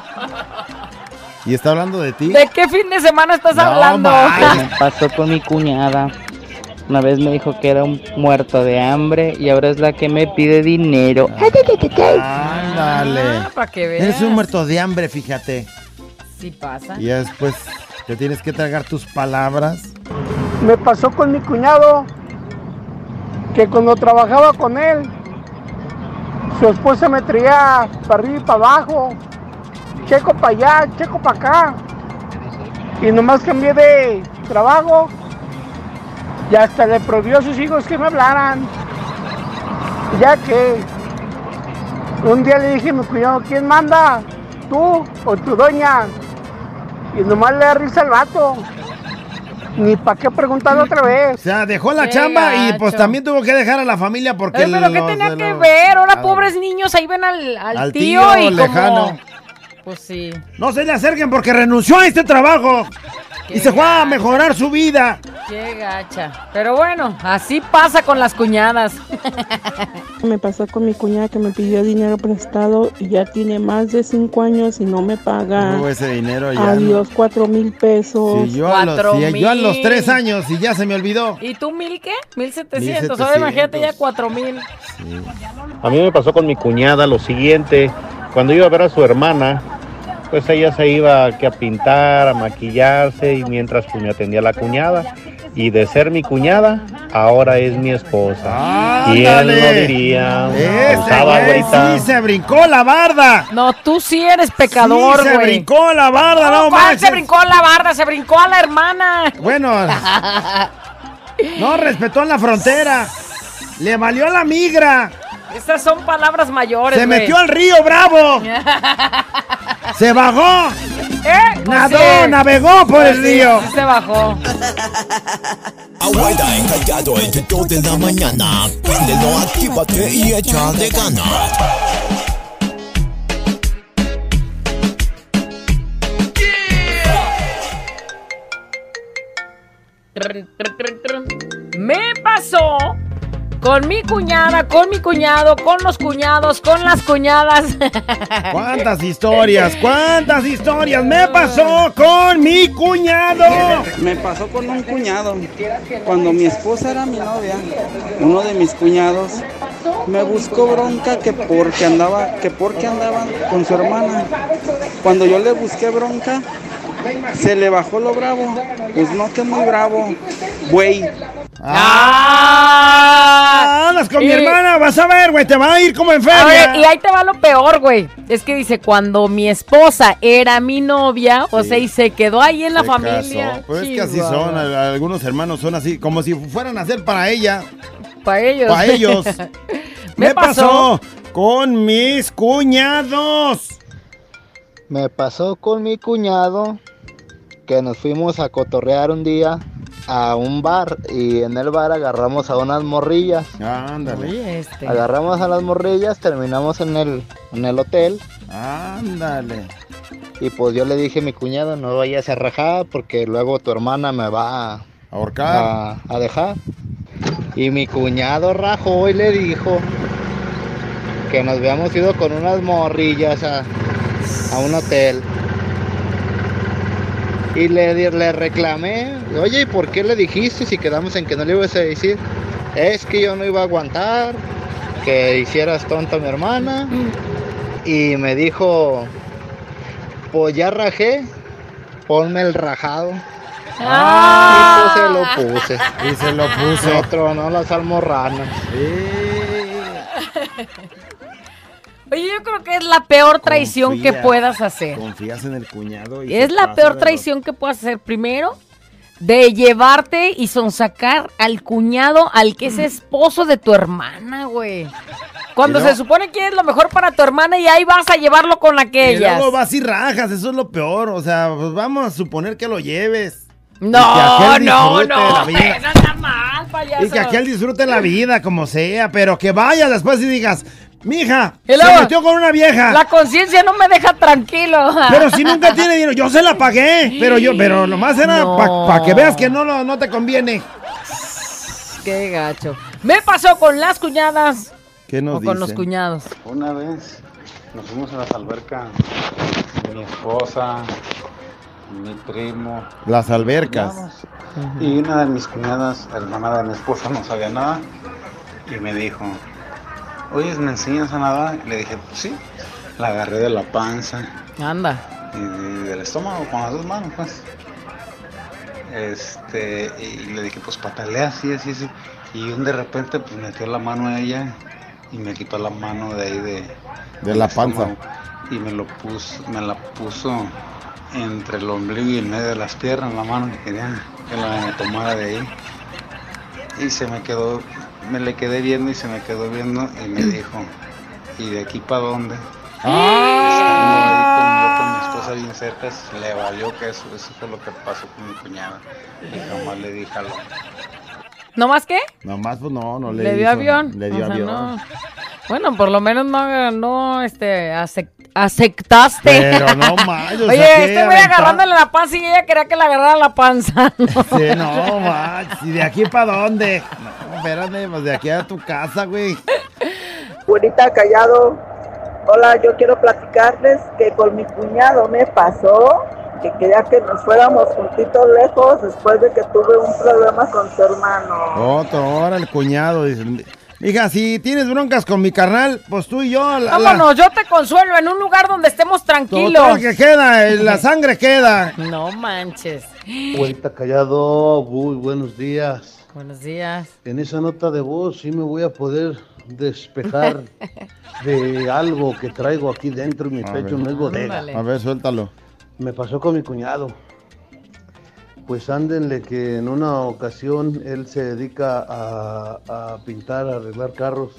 ¿Y está hablando de ti? ¿De qué fin de semana estás No, hablando? Me pasó con mi cuñada. Una vez me dijo que era un muerto de hambre y ahora es la que me pide dinero. Ándale. Ah, para que veas. Eres un muerto de hambre, fíjate. Sí pasa. Y ya después te tienes que tragar tus palabras. Me pasó con mi cuñado que cuando trabajaba con él, su esposa me traía para arriba y para abajo, checo para allá, checo para acá, y nomás cambié de trabajo y hasta le prohibió a sus hijos que me hablaran, ya que un día le dije a mi cuñado, ¿quién manda? ¿Tú o tu doña? Y nomás le da risa al vato. Ni para qué preguntar otra vez. O sea, dejó la Qué chamba y pues gacho. también tuvo que dejar a la familia porque... Ay, pero ¿qué los tenía de que los- ver? Ahora Ah, pobres niños ahí ven al, al, Al tío, tío y lejano. como... Pues sí. No se le acerquen porque renunció a este trabajo Qué y se fue a mejorar su vida. Qué gacha. Pero bueno, así pasa con las cuñadas. Me pasó con mi cuñada que me pidió dinero prestado y ya tiene más de cinco años y no me paga. Tuvo ese dinero ya. Adiós, cuatro mil pesos. Sí, yo, a los, Cuatro sí, yo a los mil. tres años y ya se me olvidó. ¿Y tú mil qué? Mil setecientos. Mil Ahora setecientos. imagínate ya cuatro mil. A mí me pasó con mi cuñada lo siguiente, cuando iba a ver a su hermana, pues ella se iba que a pintar, a maquillarse y mientras pues me atendía la cuñada y de ser mi cuñada, ahora es mi esposa. ¿Quién ¡Ándale! lo diría? Ese Abusada, güey güerita. sí se brincó la barda. No, tú sí eres pecador, Sí, güey. se brincó la barda, no, ¿Cuál manches. se brincó la barda? Se brincó a la hermana. Bueno, no respetó en la frontera. Le valió la migra. Estas son palabras mayores, Se güey. metió al río Bravo. Se bajó. ¿Eh? Pues Nadó, sí. navegó por el Sí, río. sí se bajó. Abuela encallado el tuto de la mañana. Préndelo, actívate y échale ganas. Me pasó con mi cuñada, con mi cuñado, con los cuñados, con las cuñadas. ¿Cuántas historias? ¿Cuántas historias? Me pasó con mi cuñado. Me pasó con un cuñado. Cuando mi esposa era mi novia, uno de mis cuñados me buscó bronca que porque andaba, que porque andaba con su hermana. Cuando yo le busqué bronca, se le bajó lo bravo. Pues no, que muy bravo, güey. ¡Ah! Andas con Y- mi hermana, vas a ver, güey, te va a ir como en A feria. ver, y ahí te va lo peor, güey. Es que dice, cuando mi esposa era mi novia, o sea, y se quedó ahí en la Se familia. casó. Pues es que así Chihuahua. son, al- algunos hermanos son así, como si fueran a hacer para ella. Para ellos. Para ellos. Me Me pasó. pasó con mis cuñados. Me pasó con mi cuñado que nos fuimos a cotorrear un día a un bar y en el bar agarramos a unas morrillas. Ándale. Oye, este. Agarramos a las morrillas, terminamos en el, en el hotel. Ándale. Y pues yo le dije a mi cuñado, no vayas a rajar porque luego tu hermana me va a ahorcar, a, a dejar. Y mi cuñado rajó y le dijo que nos habíamos ido con unas morrillas a, a un hotel. Y le, di- le reclamé, oye, ¿y por qué le dijiste si quedamos en que no le ibas a decir? Es que yo no iba a aguantar que hicieras tonta a mi hermana. Y me dijo, pues ya rajé, ponme el rajado. Ah. Y pues se lo puse. Y se lo puso. Me tronó las almorranas. Oye, yo creo que es la peor traición Confía. que puedas hacer. Confías en el cuñado. Y Es se la pasa peor de traición que puedas hacer. Primero, de llevarte y sonsacar al cuñado, al que es esposo de tu hermana, güey. Cuando Y luego- se supone que es lo mejor para tu hermana y ahí vas a llevarlo con los- Y aquellas. luego vas y rajas, eso es lo peor. O sea, pues vamos a suponer que lo lleves. Y que No, aquel no, disfrute no, la vida. eso está mal, payaso. Y que aquel disfrute la vida como sea, pero que vayas después y digas, mija, Y luego, se metió con una vieja. La conciencia no me deja tranquilo. Pero si nunca tiene dinero, yo se la pagué. Pero yo, pero nomás era No. para que veas que no, lo- no te conviene. Qué gacho. Me pasó con las cuñadas ¿Qué nos o con los dicen? cuñados. Una vez nos fuimos a las albercas, mi esposa, mi primo. Las albercas. cuñados, Y una de mis cuñadas, hermana de mi esposa, no sabía nada y me dijo, oye, ¿me enseñas a nadar? Y le dije, pues sí. La agarré de la panza Anda. y de- del estómago con las dos manos, pues. Este, y le dije, pues patalea así, así, así. Y un de repente, pues metió la mano a ella y me quitó la mano de ahí de... De la panza. Y me lo puso, me la puso entre el ombligo y en medio de las piernas, la mano que quería que la tomara de ahí. Y se me quedó, me le quedé viendo y se me quedó viendo y me dijo, ¿y de aquí para dónde? Estando ahí con, yo con mi esposa bien cerca, le valió que eso, eso fue lo que pasó con mi cuñada. Y jamás le dije a lo... ¿No más qué? Nomás, pues no, no le ¿Le dio hizo. avión? Le dio O sea, avión. no. Bueno, por lo menos no, no este, acep- aceptaste. Pero no manches, o Oye, sea, ¿qué este güey aventar? agarrándole la panza y ella quería que le agarrara la panza. ¿no? Sí, no, manches. ¿Y de aquí para dónde? No, espérame, pues de aquí a tu casa, güey. Güerita Callado, hola, yo quiero platicarles que con mi cuñado me pasó que quería que nos fuéramos juntitos lejos después de que tuve un problema con su hermano. Otro, ahora el cuñado, dice. Mija, si tienes broncas con mi carnal, pues tú y yo... La, Vámonos, la... yo te consuelo en un lugar donde estemos tranquilos. Todo que queda, la sangre queda. No manches. Güerita Callado, muy buenos días. Buenos días. En esa nota de voz sí me voy a poder despejar de algo que traigo aquí dentro en mi A pecho, ver. no es bodega. Ándale. A ver, suéltalo. Me pasó con mi cuñado. Pues ándenle que en una ocasión él se dedica a, a pintar, a arreglar carros.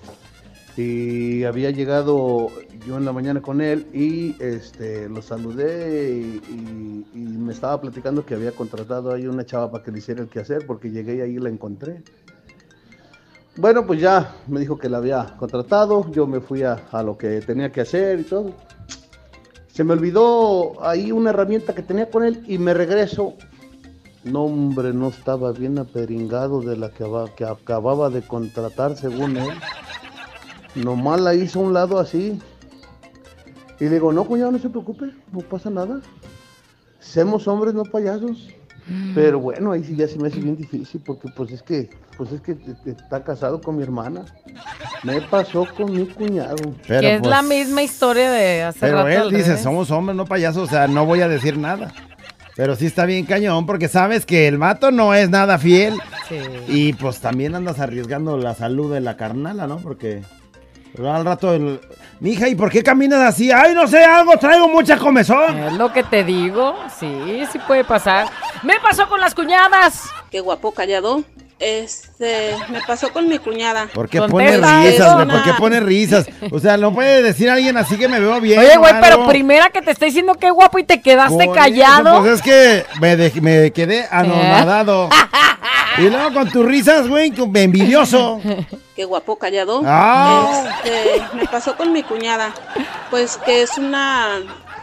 Y había llegado yo en la mañana con él y este lo saludé y, y- y me estaba platicando que había contratado ahí una chava para que le hiciera el quehacer porque llegué y ahí la encontré. Bueno, pues ya me dijo que la había contratado, yo me fui a, a lo que tenía que hacer y todo. Se me olvidó ahí una herramienta que tenía con él y me regreso. No, hombre, no estaba bien aperingado de la que, aba- que acababa de contratar según él. Nomás la hizo a un lado así. Y le digo, no, cuñado, no se preocupe, no pasa nada. Somos hombres, no payasos. Pero bueno, ahí sí ya se me hace bien difícil porque pues es que, pues es que te- te- está casado con mi hermana. Me pasó con mi cuñado. Pero, que es pues, la misma historia de hace Pero rato. él al dice, revés. somos hombres, no payasos, o sea, no voy a decir nada. Pero sí está bien cañón, porque sabes que el vato no es nada fiel. Sí. Y pues también andas arriesgando la salud de la carnala, ¿no? Porque al rato, el... mija, ¿y por qué caminas así? Ay, no sé, algo, traigo mucha comezón. Es lo que te digo, sí, sí puede pasar. Me pasó con las cuñadas. Qué guapo Callado. Este, me pasó con mi cuñada. ¿Por qué Contesta, pone risas, eso. güey? ¿Por qué pone risas? O sea, no puede decir alguien así que me veo bien. Oye, güey, o pero algo. primera que te está diciendo qué guapo y te quedaste Por callado. eso, pues es que me, de- me quedé anonadado. Y luego con tus risas, güey, con- envidioso. Qué guapo Callado. Ah. Este, me pasó con mi cuñada. Pues que es una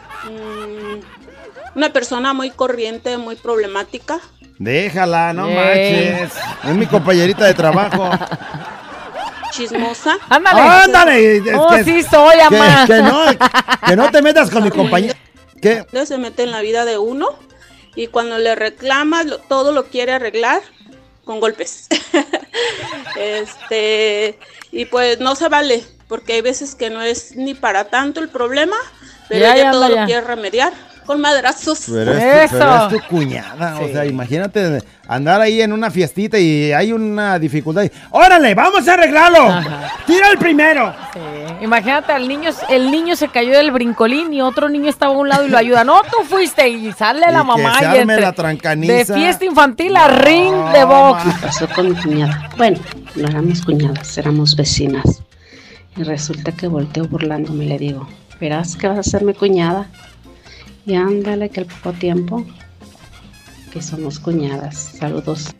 mm, una persona muy corriente, muy problemática. Déjala, no Ey. manches. Es mi compañerita de trabajo. Chismosa. Ándale. Ándale. es Oh, que- sí soy, que, amá. que no, que no te metas con mi compañera. ¿Qué? Se mete en la vida de uno y cuando le reclama lo- todo lo quiere arreglar con golpes. Este, y pues no se vale, porque hay veces que no es ni para tanto el problema, pero Ya, ella ya, todo anda, lo ya. quiere remediar con madrazos. Pero es, tu, pero es tu cuñada, o sea, imagínate andar ahí en una fiestita y hay una dificultad. y, ¡Órale, vamos a arreglarlo! ¡Tira el primero! Sí. Imagínate, al niño, el niño se cayó del brincolín y otro niño estaba a un lado y lo ayuda. No, tú fuiste y sale la Y que mamá se y arme entre- la trancaniza. de fiesta infantil a ring de box. Me pasó con mi cuñada. Bueno, no éramos cuñadas, éramos vecinas. Y resulta que volteo burlándome y le digo, verás que vas a ser mi cuñada. Y ándale que al poco tiempo que somos cuñadas. Saludos.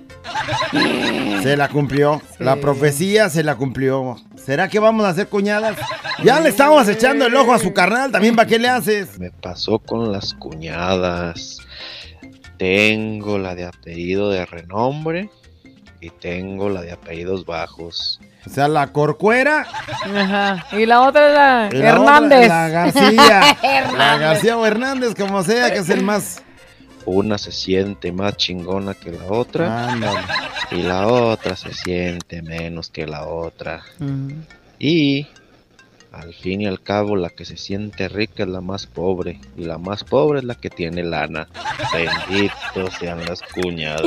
Se la cumplió. La profecía se la cumplió. ¿Será que vamos a hacer cuñadas? Ya le estamos echando el ojo a su carnal. También, ¿para qué le haces? Me pasó con las cuñadas. Tengo la de apellido de renombre y tengo la de apellidos bajos. O sea, la corcuera Ajá. Y la otra es la y la Hernández. otra, la García. La Hernández. García o Hernández, como sea, que es el más... Una se siente más chingona que la otra y la otra se siente menos que la otra. Y al fin y al cabo la que se siente rica es la más pobre y la más pobre es la que tiene lana. Benditos sean las cuñadas.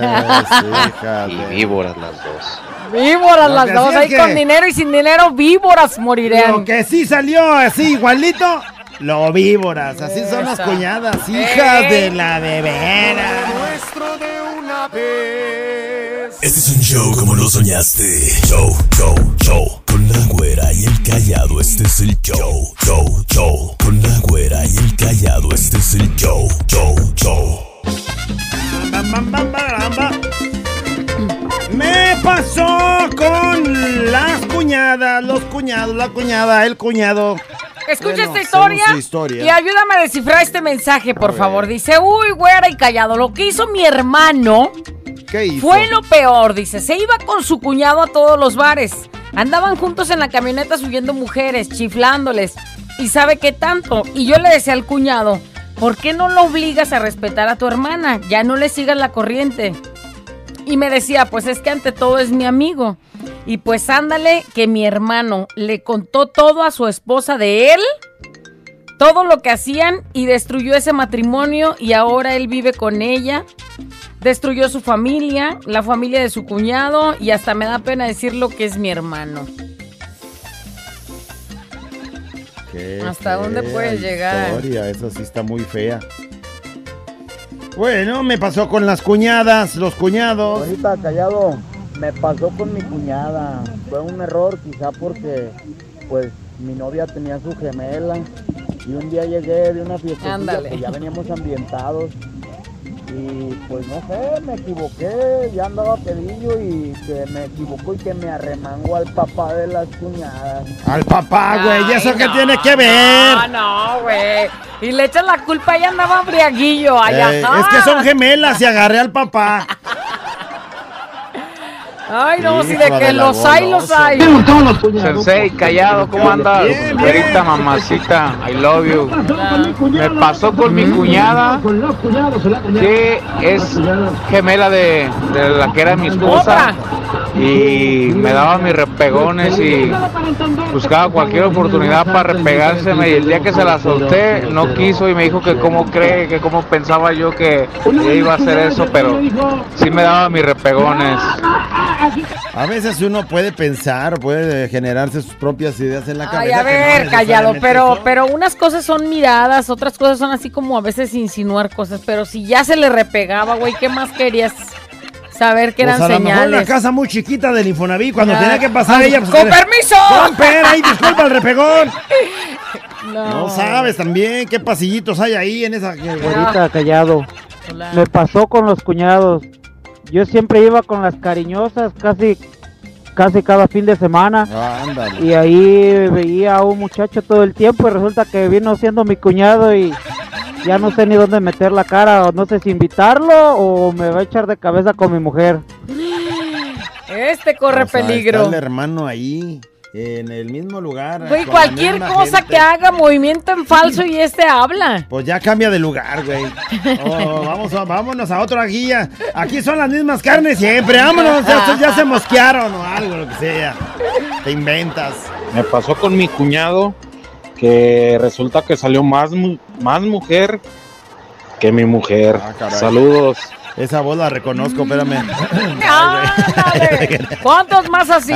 Y víboras las dos. Víboras Lo las que dos, sí es ahí que- con dinero y sin dinero, víboras morirán. Lo que sí salió así igualito, lo víboras. Así son las Esa. cuñadas, hijas Eh. de la de veras. Este es un show como lo soñaste. Show, show, show. Con la güera y el callado. Este es el show, show, show. Con la güera y el callado. Este es el show, show, show. Bam, bam, bam, bam, bam. Me pasó con las cuñadas, los cuñados, la cuñada, el cuñado. Escucha Bueno, esta historia, según su historia. y ayúdame a descifrar este mensaje, por favor. Dice, uy, güera y callado, lo que hizo mi hermano ¿Qué hizo? fue lo peor. Dice, se iba con su cuñado a todos los bares. Andaban juntos en la camioneta subiendo mujeres, chiflándoles. ¿Y sabe qué tanto? Y yo le decía al cuñado, ¿por qué no lo obligas a respetar a tu hermana? Ya no le sigas la corriente. Y me decía, pues es que ante todo es mi amigo. Y pues ándale que mi hermano le contó todo a su esposa de él, todo lo que hacían y destruyó ese matrimonio y ahora él vive con ella. Destruyó su familia, la familia de su cuñado y hasta me da pena decir lo que es mi hermano. Qué ¿Hasta dónde fea puede llegar? Historia, eso sí está muy fea. Bueno, me pasó con las cuñadas, los cuñados. Ahorita callado, me pasó con mi cuñada. Fue un error quizá porque pues mi novia tenía su gemela y un día llegué de una fiesta, pues ya veníamos ambientados y pues no sé, me equivoqué, ya andaba pedillo y que me equivoco y que me arremango al papá de las cuñadas. Al papá, güey, ¿y eso Ay, qué no, tiene que ver? No, no, güey. Y le echan la culpa, ella andaba briaguillo. Allá. Eh, es que son gemelas y agarré al papá. Ay, no, si Hijo de que de la los hay, los hay. Sensei, callado, ¿cómo andas? Güerita, mamacita, I love you. Me pasó con mi cuñada, que es gemela de, de la que era mi esposa. Y me daba mis repegones y buscaba cualquier oportunidad para repegárseme. Y el día que se la solté, no quiso y me dijo que cómo cree, que cómo pensaba yo que ella iba a hacer eso, pero sí me daba mis repegones. A veces uno puede pensar, puede generarse sus propias ideas en la cabeza. Ay, a que no ver, callado, necesariamente pero, son. pero unas cosas son miradas, otras cosas son así como a veces insinuar cosas, pero si ya se le repegaba, güey, ¿qué más querías saber que eran Pues a lo mejor señales? la casa muy chiquita del Infonavit, cuando Ah, tenía que pasar ah, ella. Pues, ¡con que- permiso! ¡Con pera! ¡Ay, disculpa el repegón! No. No sabes también qué pasillitos hay ahí en esa... Ahorita callado, me pasó con los cuñados. Yo siempre iba con las cariñosas casi, casi cada fin de semana. Ah, ándale. Y ahí veía a un muchacho todo el tiempo y resulta que vino siendo mi cuñado y ya no sé ni dónde meter la cara, o no sé si invitarlo o me va a echar de cabeza con mi mujer. Este corre O sea, peligro. está el hermano ahí, en el mismo lugar. Güey, con la cualquier misma cosa gente. que haga movimiento en falso y este habla. Pues ya cambia de lugar, güey. Oh, vamos a- vámonos a otra guía. Aquí son las mismas carnes siempre. Vámonos, ya, ya se mosquearon o algo, lo que sea. Te inventas. Me pasó con mi cuñado que resulta que salió más, mu- más mujer que mi mujer. caray. Saludos. Esa voz la reconozco, espérame. Ándale. ¿Cuántos más así?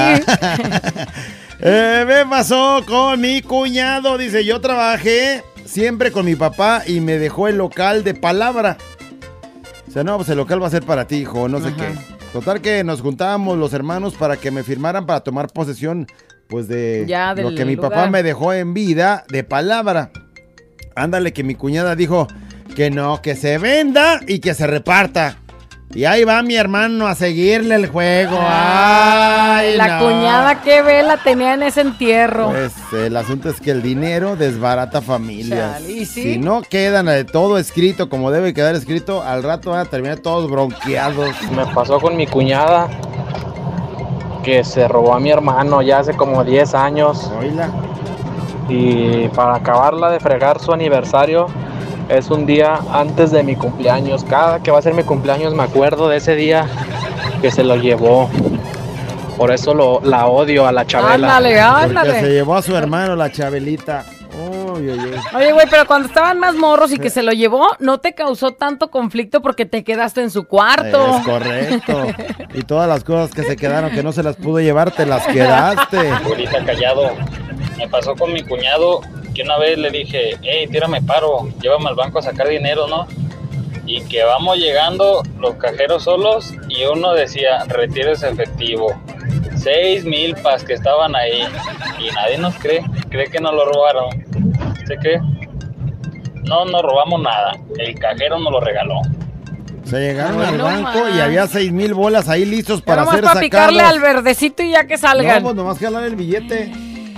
Eh, me pasó con mi cuñado. Dice, yo trabajé siempre con mi papá y me dejó el local de palabra. O sea, no, pues el local va a ser para ti, hijo, no sé Ajá. qué. Total que nos juntábamos los hermanos para que me firmaran para tomar posesión, pues de Ya, lo del que mi lugar. papá me dejó en vida de palabra. Ándale, que mi cuñada dijo que no, que se venda y que se reparta. Y ahí va mi hermano a seguirle el juego. Ay, La no. cuñada que vela tenía en ese entierro. Pues el asunto es que el dinero desbarata familias. Chale, ¿y sí? Si no quedan eh, todo escrito como debe quedar escrito, al rato van a terminar todos bronqueados. Me pasó con mi cuñada que se robó a mi hermano ya hace como diez años. Oíla. Y para acabarla de fregar su aniversario, es un día antes de mi cumpleaños. Cada que va a ser mi cumpleaños me acuerdo de ese día que se lo llevó. Por eso lo, la odio a la Chabela. Ándale, Porque ándale. se llevó a su hermano, la Chabelita. Uy, uy, uy. Oye, güey, pero cuando estaban más morros y que se lo llevó, no te causó tanto conflicto porque te quedaste en su cuarto. Es correcto. Y todas las cosas que se quedaron, que no se las pudo llevar, te las quedaste. Ahorita callado. Me pasó con mi cuñado que una vez le dije, hey, tírame paro, llévame al banco a sacar dinero, ¿no? Y que vamos llegando los cajeros solos y uno decía, retires efectivo. Seis milpas que estaban ahí y nadie nos cree, cree que nos lo robaron. ¿Se cree? No, no robamos nada, el cajero nos lo regaló. Se llegaron Ay, al no banco más. y había seis mil bolas ahí listos para Nada más ser para picarle sacados. al verdecito y ya que salgan. No, pues nomás que jalar el billete.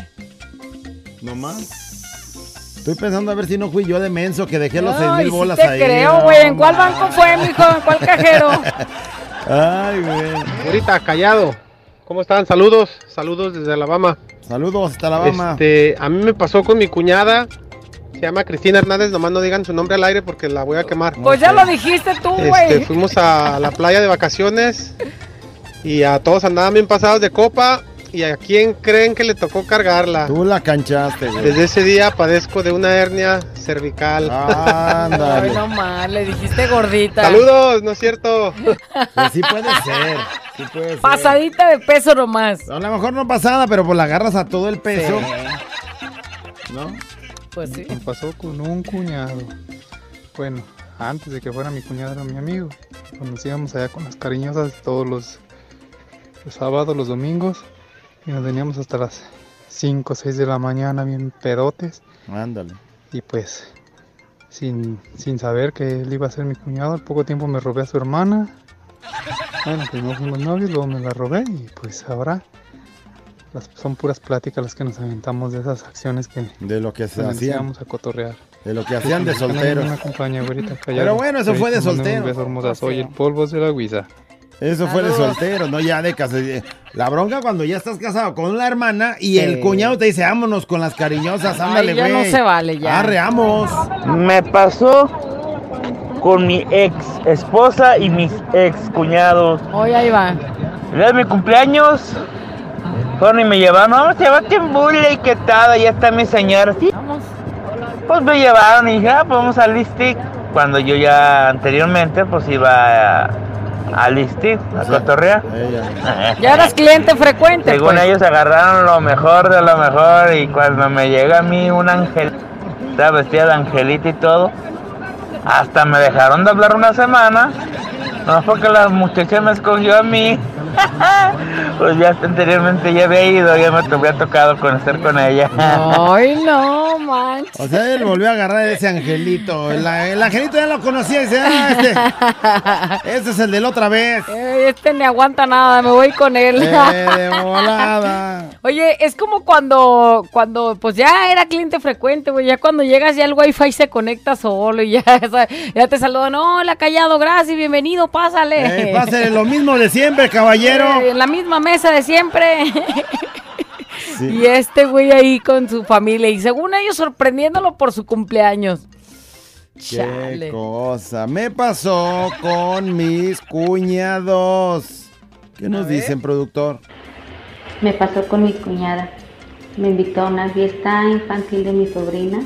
Nomás. Estoy pensando a ver si no fui yo de menso que dejé los seis Ay, mil sí bolas te ahí. creo, No, güey. ¿En cuál man. banco fue, mijo? ¿En cuál cajero? Ay, güey. Ahorita callado. ¿Cómo están? Saludos, saludos desde Alabama. Saludos hasta Alabama. Este, a mí me pasó con mi cuñada. Se llama Cristina Hernández, nomás no digan su nombre al aire porque la voy a quemar. Pues ya lo dijiste tú, Este, güey. fuimos a la playa de vacaciones y a todos andaban bien pasados de copa. ¿Y a quién creen que le tocó cargarla? Tú la canchaste, güey. Desde ese día padezco de una hernia cervical. Ándale. Ay, no mal, le dijiste gordita. Saludos, ¿no es cierto? Pues sí puede ser, sí puede ser. Pasadita de peso nomás. A lo mejor no pasada, pero pues la agarras a todo el peso. Sí. ¿No? Pues sí. Me pasó con un cuñado. Bueno, antes de que fuera mi cuñado era mi amigo. Cuando nos íbamos allá con las cariñosas todos los, los sábados, los domingos. Y nos veníamos hasta las cinco o seis de la mañana bien pedotes. Ándale. Y pues, sin, sin saber que él iba a ser mi cuñado, al poco tiempo me robé a su hermana. Bueno, pues no fuimos novios, luego me la robé y pues ahora las, son puras pláticas las que nos aventamos de esas acciones que... De lo que se nos hacían. íbamos a cotorrear. De lo que hacían de solteros. Una compañía, güerita, Pero bueno, eso fue de solteros. Un beso hermosa, soy el polvo de la guisa. Eso fue de soltero, no ya de casa. La bronca cuando ya estás casado con la hermana y Sí. el cuñado te dice, vámonos con las cariñosas, ándale, Ay, ya güey. no se vale, ya. Arreamos. Me pasó con mi ex esposa y mis ex cuñados. Hoy ahí va. El día de mi cumpleaños fueron y me llevaron, vamos, llévate en bule y qué tal, ya está mi señora. Sí. Pues me llevaron y dije, ah, pues vamos al Listic. Cuando yo ya anteriormente pues iba a, a Listic, a cotorrear. Ya eras cliente frecuente. Según pues. ellos agarraron lo mejor de lo mejor y cuando me llega a mí un ángel, estaba vestida de angelita y todo, hasta me dejaron de hablar una semana, no porque la muchacha me escogió a mí. Pues ya anteriormente ya había ido, ya me había tocado conocer con ella. Ay, no, manches. O sea, él volvió a agarrar ese angelito. El, el angelito ya lo conocía y dice, ah, este, este es el de la otra vez. Eh, Este ni aguanta nada, me voy con él. Eh, de volada. Oye, es como cuando, cuando, pues ya era cliente frecuente, güey, ya cuando llegas ya el wifi se conecta solo y ya, ya te saludan, hola, Callado, gracias, bienvenido, pásale. Eh, pásale lo mismo de siempre, caballero. Eh, en la misma mesa de siempre. Sí. Y este güey ahí con su familia y según ellos sorprendiéndolo por su cumpleaños. Qué Chale. cosa. Me pasó con mis cuñados. ¿Qué nos dicen, productor? Me pasó con mi cuñada. Me invitó a una fiesta infantil de mi sobrina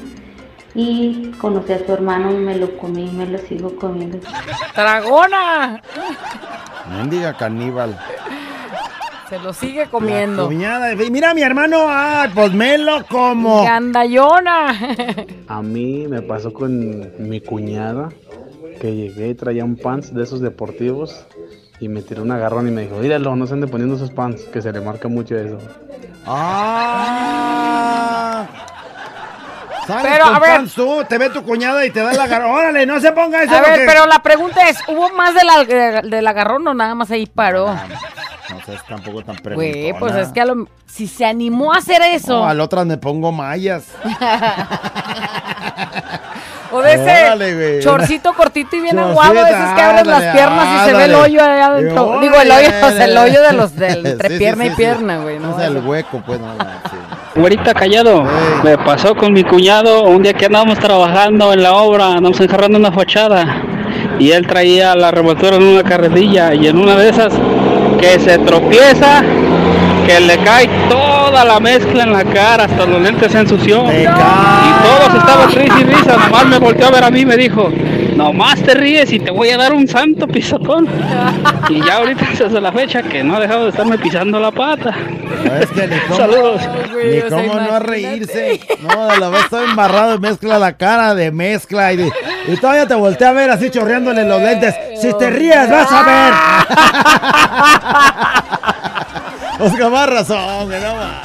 y conocí a su hermano y me lo comí y me lo sigo comiendo. ¡Dragona! Mendiga caníbal. Se lo sigue comiendo. La cuñada, mira mi hermano, ah, pues me lo como. ¡Gandallona! A mí me pasó con mi cuñada que llegué y traía un pants de esos deportivos y me tiró un agarrón y me dijo, míralo, no se anden poniendo esos pants, que se le marca mucho eso. ¡Ah! ¿Sabes Pero, con a ver. pants tú? Te ve tu cuñada y te da el agarrón. ¡Órale, no se ponga eso! A ver, porque- pero la pregunta es, ¿hubo más del, al- del agarrón o nada más ahí paró? No seas tampoco tan preguntona. Güey, pues es que a lo- si se animó a hacer eso. No, al otro me pongo mallas. O de ese Órale, güey. chorcito cortito y bien Chorcito, aguado, esos que abres las ándale, piernas y se ve el ándale. hoyo allá adentro. Órale. Digo, el hoyo, o sea, el hoyo de los del entre Sí, sí, pierna sí, y sí. pierna, güey. No ¿no? es el hueco, pues, no, no, sí. Güerita Callado, me pasó con mi cuñado un día que andábamos trabajando en la obra, andábamos enjarrando una fachada y él traía la revoltura en una carretilla y en una de esas que se tropieza, que le cae toda la mezcla en la cara, hasta los lentes se ensució y todos estaban risa y risa, nomás me volteó a ver a mí y me dijo, nomás te ríes y te voy a dar un santo pisotón. Y ya ahorita desde la fecha que no ha dejado de estarme pisando la pata. No, es que ni cómo, Saludos. ni cómo no a reírse. No, de la vez estoy embarrado y mezcla la cara de mezcla y, de- y todavía te volteé a ver así chorreándole los lentes. Si te ríes, vas a ver. Oscar, más razón, que no más.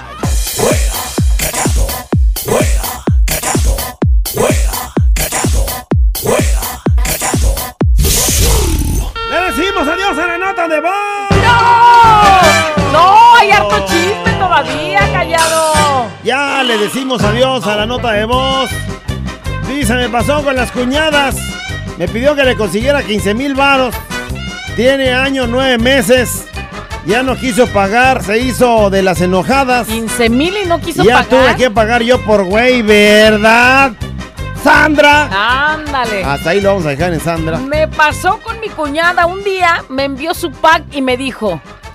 Le decimos adiós a la nota de voz. ¡No! ¡No! ¡Hay harto chisme todavía, Callado! Ya le decimos adiós a la nota de voz. Dice, me pasó con las cuñadas. Me pidió que le consiguiera quince mil varos. Tiene año, nueve meses. Ya no quiso pagar, se hizo de las enojadas. quince mil y no quiso ya pagar. tuve que pagar yo por güey, ¿verdad? Sandra. Ándale. Hasta ahí lo vamos a dejar en Sandra. Me pasó con mi cuñada. Un día me envió su pack y me dijo,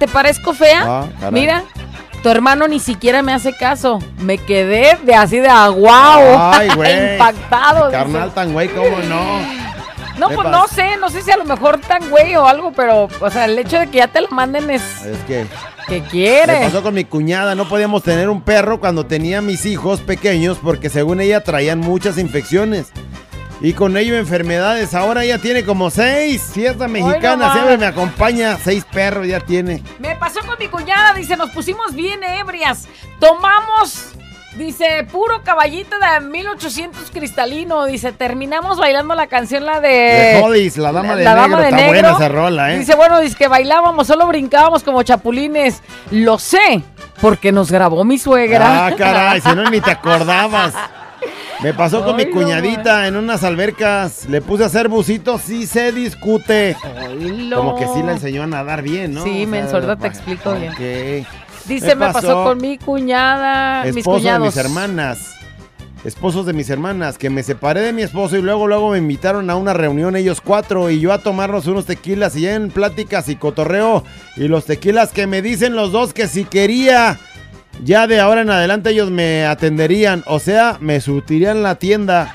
¿te parezco fea? Ah, caray. Mira, tu hermano ni siquiera me hace caso. Me quedé de así de aguao. Ay, güey. Impactado. Carnal dice. tan güey, ¿cómo no? No, ¿Qué pues pasa? no sé, no sé si a lo mejor tan güey o algo, pero, o sea, el hecho de que ya te lo manden es... Es que... ¿Qué quiere? Me pasó con mi cuñada, no podíamos tener un perro cuando tenía mis hijos pequeños porque según ella traían muchas infecciones. Y con ello enfermedades, ahora ella tiene como seis, fiesta mexicana, no siempre más. me acompaña, seis perros ya tiene. Me pasó con mi cuñada, dice, nos pusimos bien ebrias. Tomamos, dice, puro caballito de mil ochocientos cristalino. Dice, terminamos bailando la canción, la de... De Hollis, la dama de la negro, dama de está negro. buena esa rola, ¿eh? Dice, bueno, dice que bailábamos, solo brincábamos como chapulines. Lo sé, porque nos grabó mi suegra. Ah, caray, si no ni te acordabas. Me pasó con Ay, mi no, cuñadita en unas albercas, le puse a hacer bucitos, sí se discute. Oílo. Como que sí la enseñó a nadar bien, ¿no? Sí, O menso, sea, ahorita te bueno, explico bien. ok. Dice, me pasó, con mi cuñada, mis Esposo de cuñados. mis hermanas, esposos de mis hermanas, que me separé de mi esposo y luego luego me invitaron a una reunión ellos cuatro y yo a tomarnos unos tequilas y ya en pláticas y cotorreo y los tequilas que me dicen los dos que si quería, ya de ahora en adelante ellos me atenderían, o sea, me surtirían la tienda.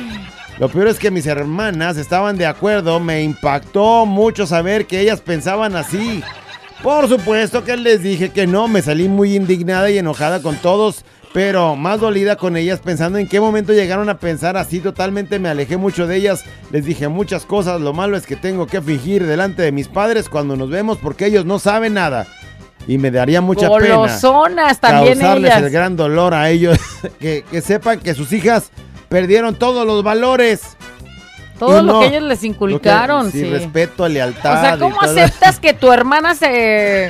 Lo peor es que mis hermanas estaban de acuerdo, me impactó mucho saber que ellas pensaban así. Por supuesto que les dije que no, me salí muy indignada y enojada con todos, pero más dolida con ellas pensando en qué momento llegaron a pensar así. Totalmente me alejé mucho de ellas, les dije muchas cosas, lo malo es que tengo que fingir delante de mis padres cuando nos vemos porque ellos no saben nada. Y me daría mucha Golosonas pena también causarles ellas. el gran dolor a ellos, que, que sepan que sus hijas perdieron todos los valores. Todo Y lo no, que ellos les inculcaron, lo que- sí. sí, respeto, lealtad. O sea, y ¿cómo todo. aceptas que tu hermana se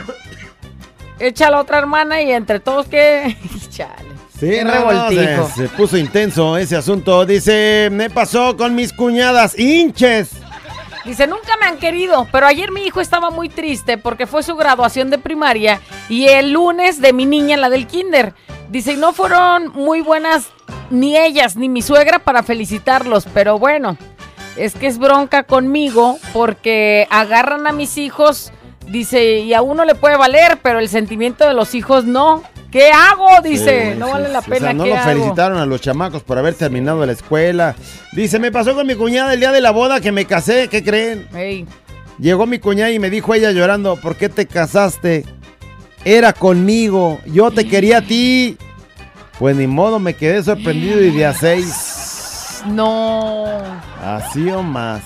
echa a la otra hermana y entre todos que... Chale. Sí, qué no, no, revoltijo. se, se puso intenso ese asunto. Dice, me pasó con mis cuñadas, hinches. Dice, nunca me han querido, pero ayer mi hijo estaba muy triste porque fue su graduación de primaria y el lunes de mi niña, la del kinder. Dice, y no fueron muy buenas ni ellas ni mi suegra para felicitarlos, pero bueno, es que es bronca conmigo porque agarran a mis hijos, dice, y a uno le puede valer, pero el sentimiento de los hijos no. ¿Qué hago? Dice, Sí, no sí, vale la sí. pena. O sea, no ¿qué lo hago? felicitaron a los chamacos por haber terminado la escuela. Dice, me pasó con mi cuñada el día de la boda que me casé, ¿qué creen? Ey. Llegó mi cuñada y me dijo ella llorando, ¿por qué te casaste? Era conmigo, yo te quería a ti. Pues ni modo, me quedé sorprendido y de a seis. No. Así o más.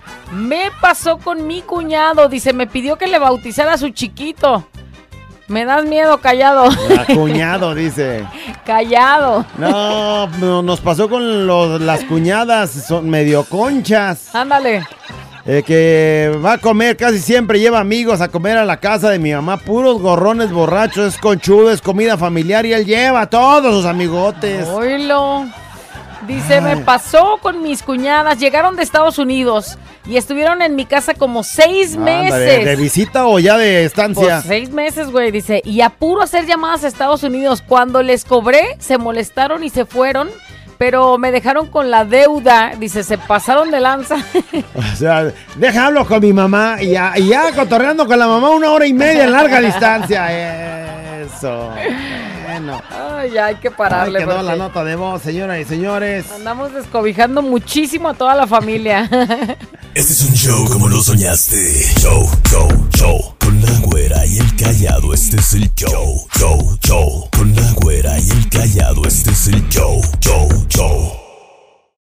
Me pasó con mi cuñado, dice, me pidió que le bautizara a su chiquito. Me das miedo, callado. A cuñado, dice. Callado. No, no, nos pasó con los, las cuñadas, son medio conchas. Ándale. Eh, que va a comer, casi siempre lleva amigos a comer a la casa de mi mamá, puros gorrones borrachos, es conchudo, es comida familiar y él lleva a todos sus amigotes. Oílo. Dice, Ay. me pasó con mis cuñadas, llegaron de Estados Unidos y estuvieron en mi casa como seis meses. Ándale, ¿de visita o ya de estancia? Pues seis meses, güey, dice, y a puro hacer llamadas a Estados Unidos. Cuando les cobré, se molestaron y se fueron, pero me dejaron con la deuda. Dice, se pasaron de lanza. O sea, deja hablo con mi mamá y ya, y ya cotorreando con la mamá una hora y media en larga distancia. Eso. Bueno. Ay, ya hay que pararle. Ahí quedó porque la nota de voz, señoras y señores. andamos descobijando muchísimo a toda la familia. Este es un show como lo soñaste. Show, show, show. Con la güera y el callado, este es el show. Show, show. Con la güera y el callado, este es el show. Show, show.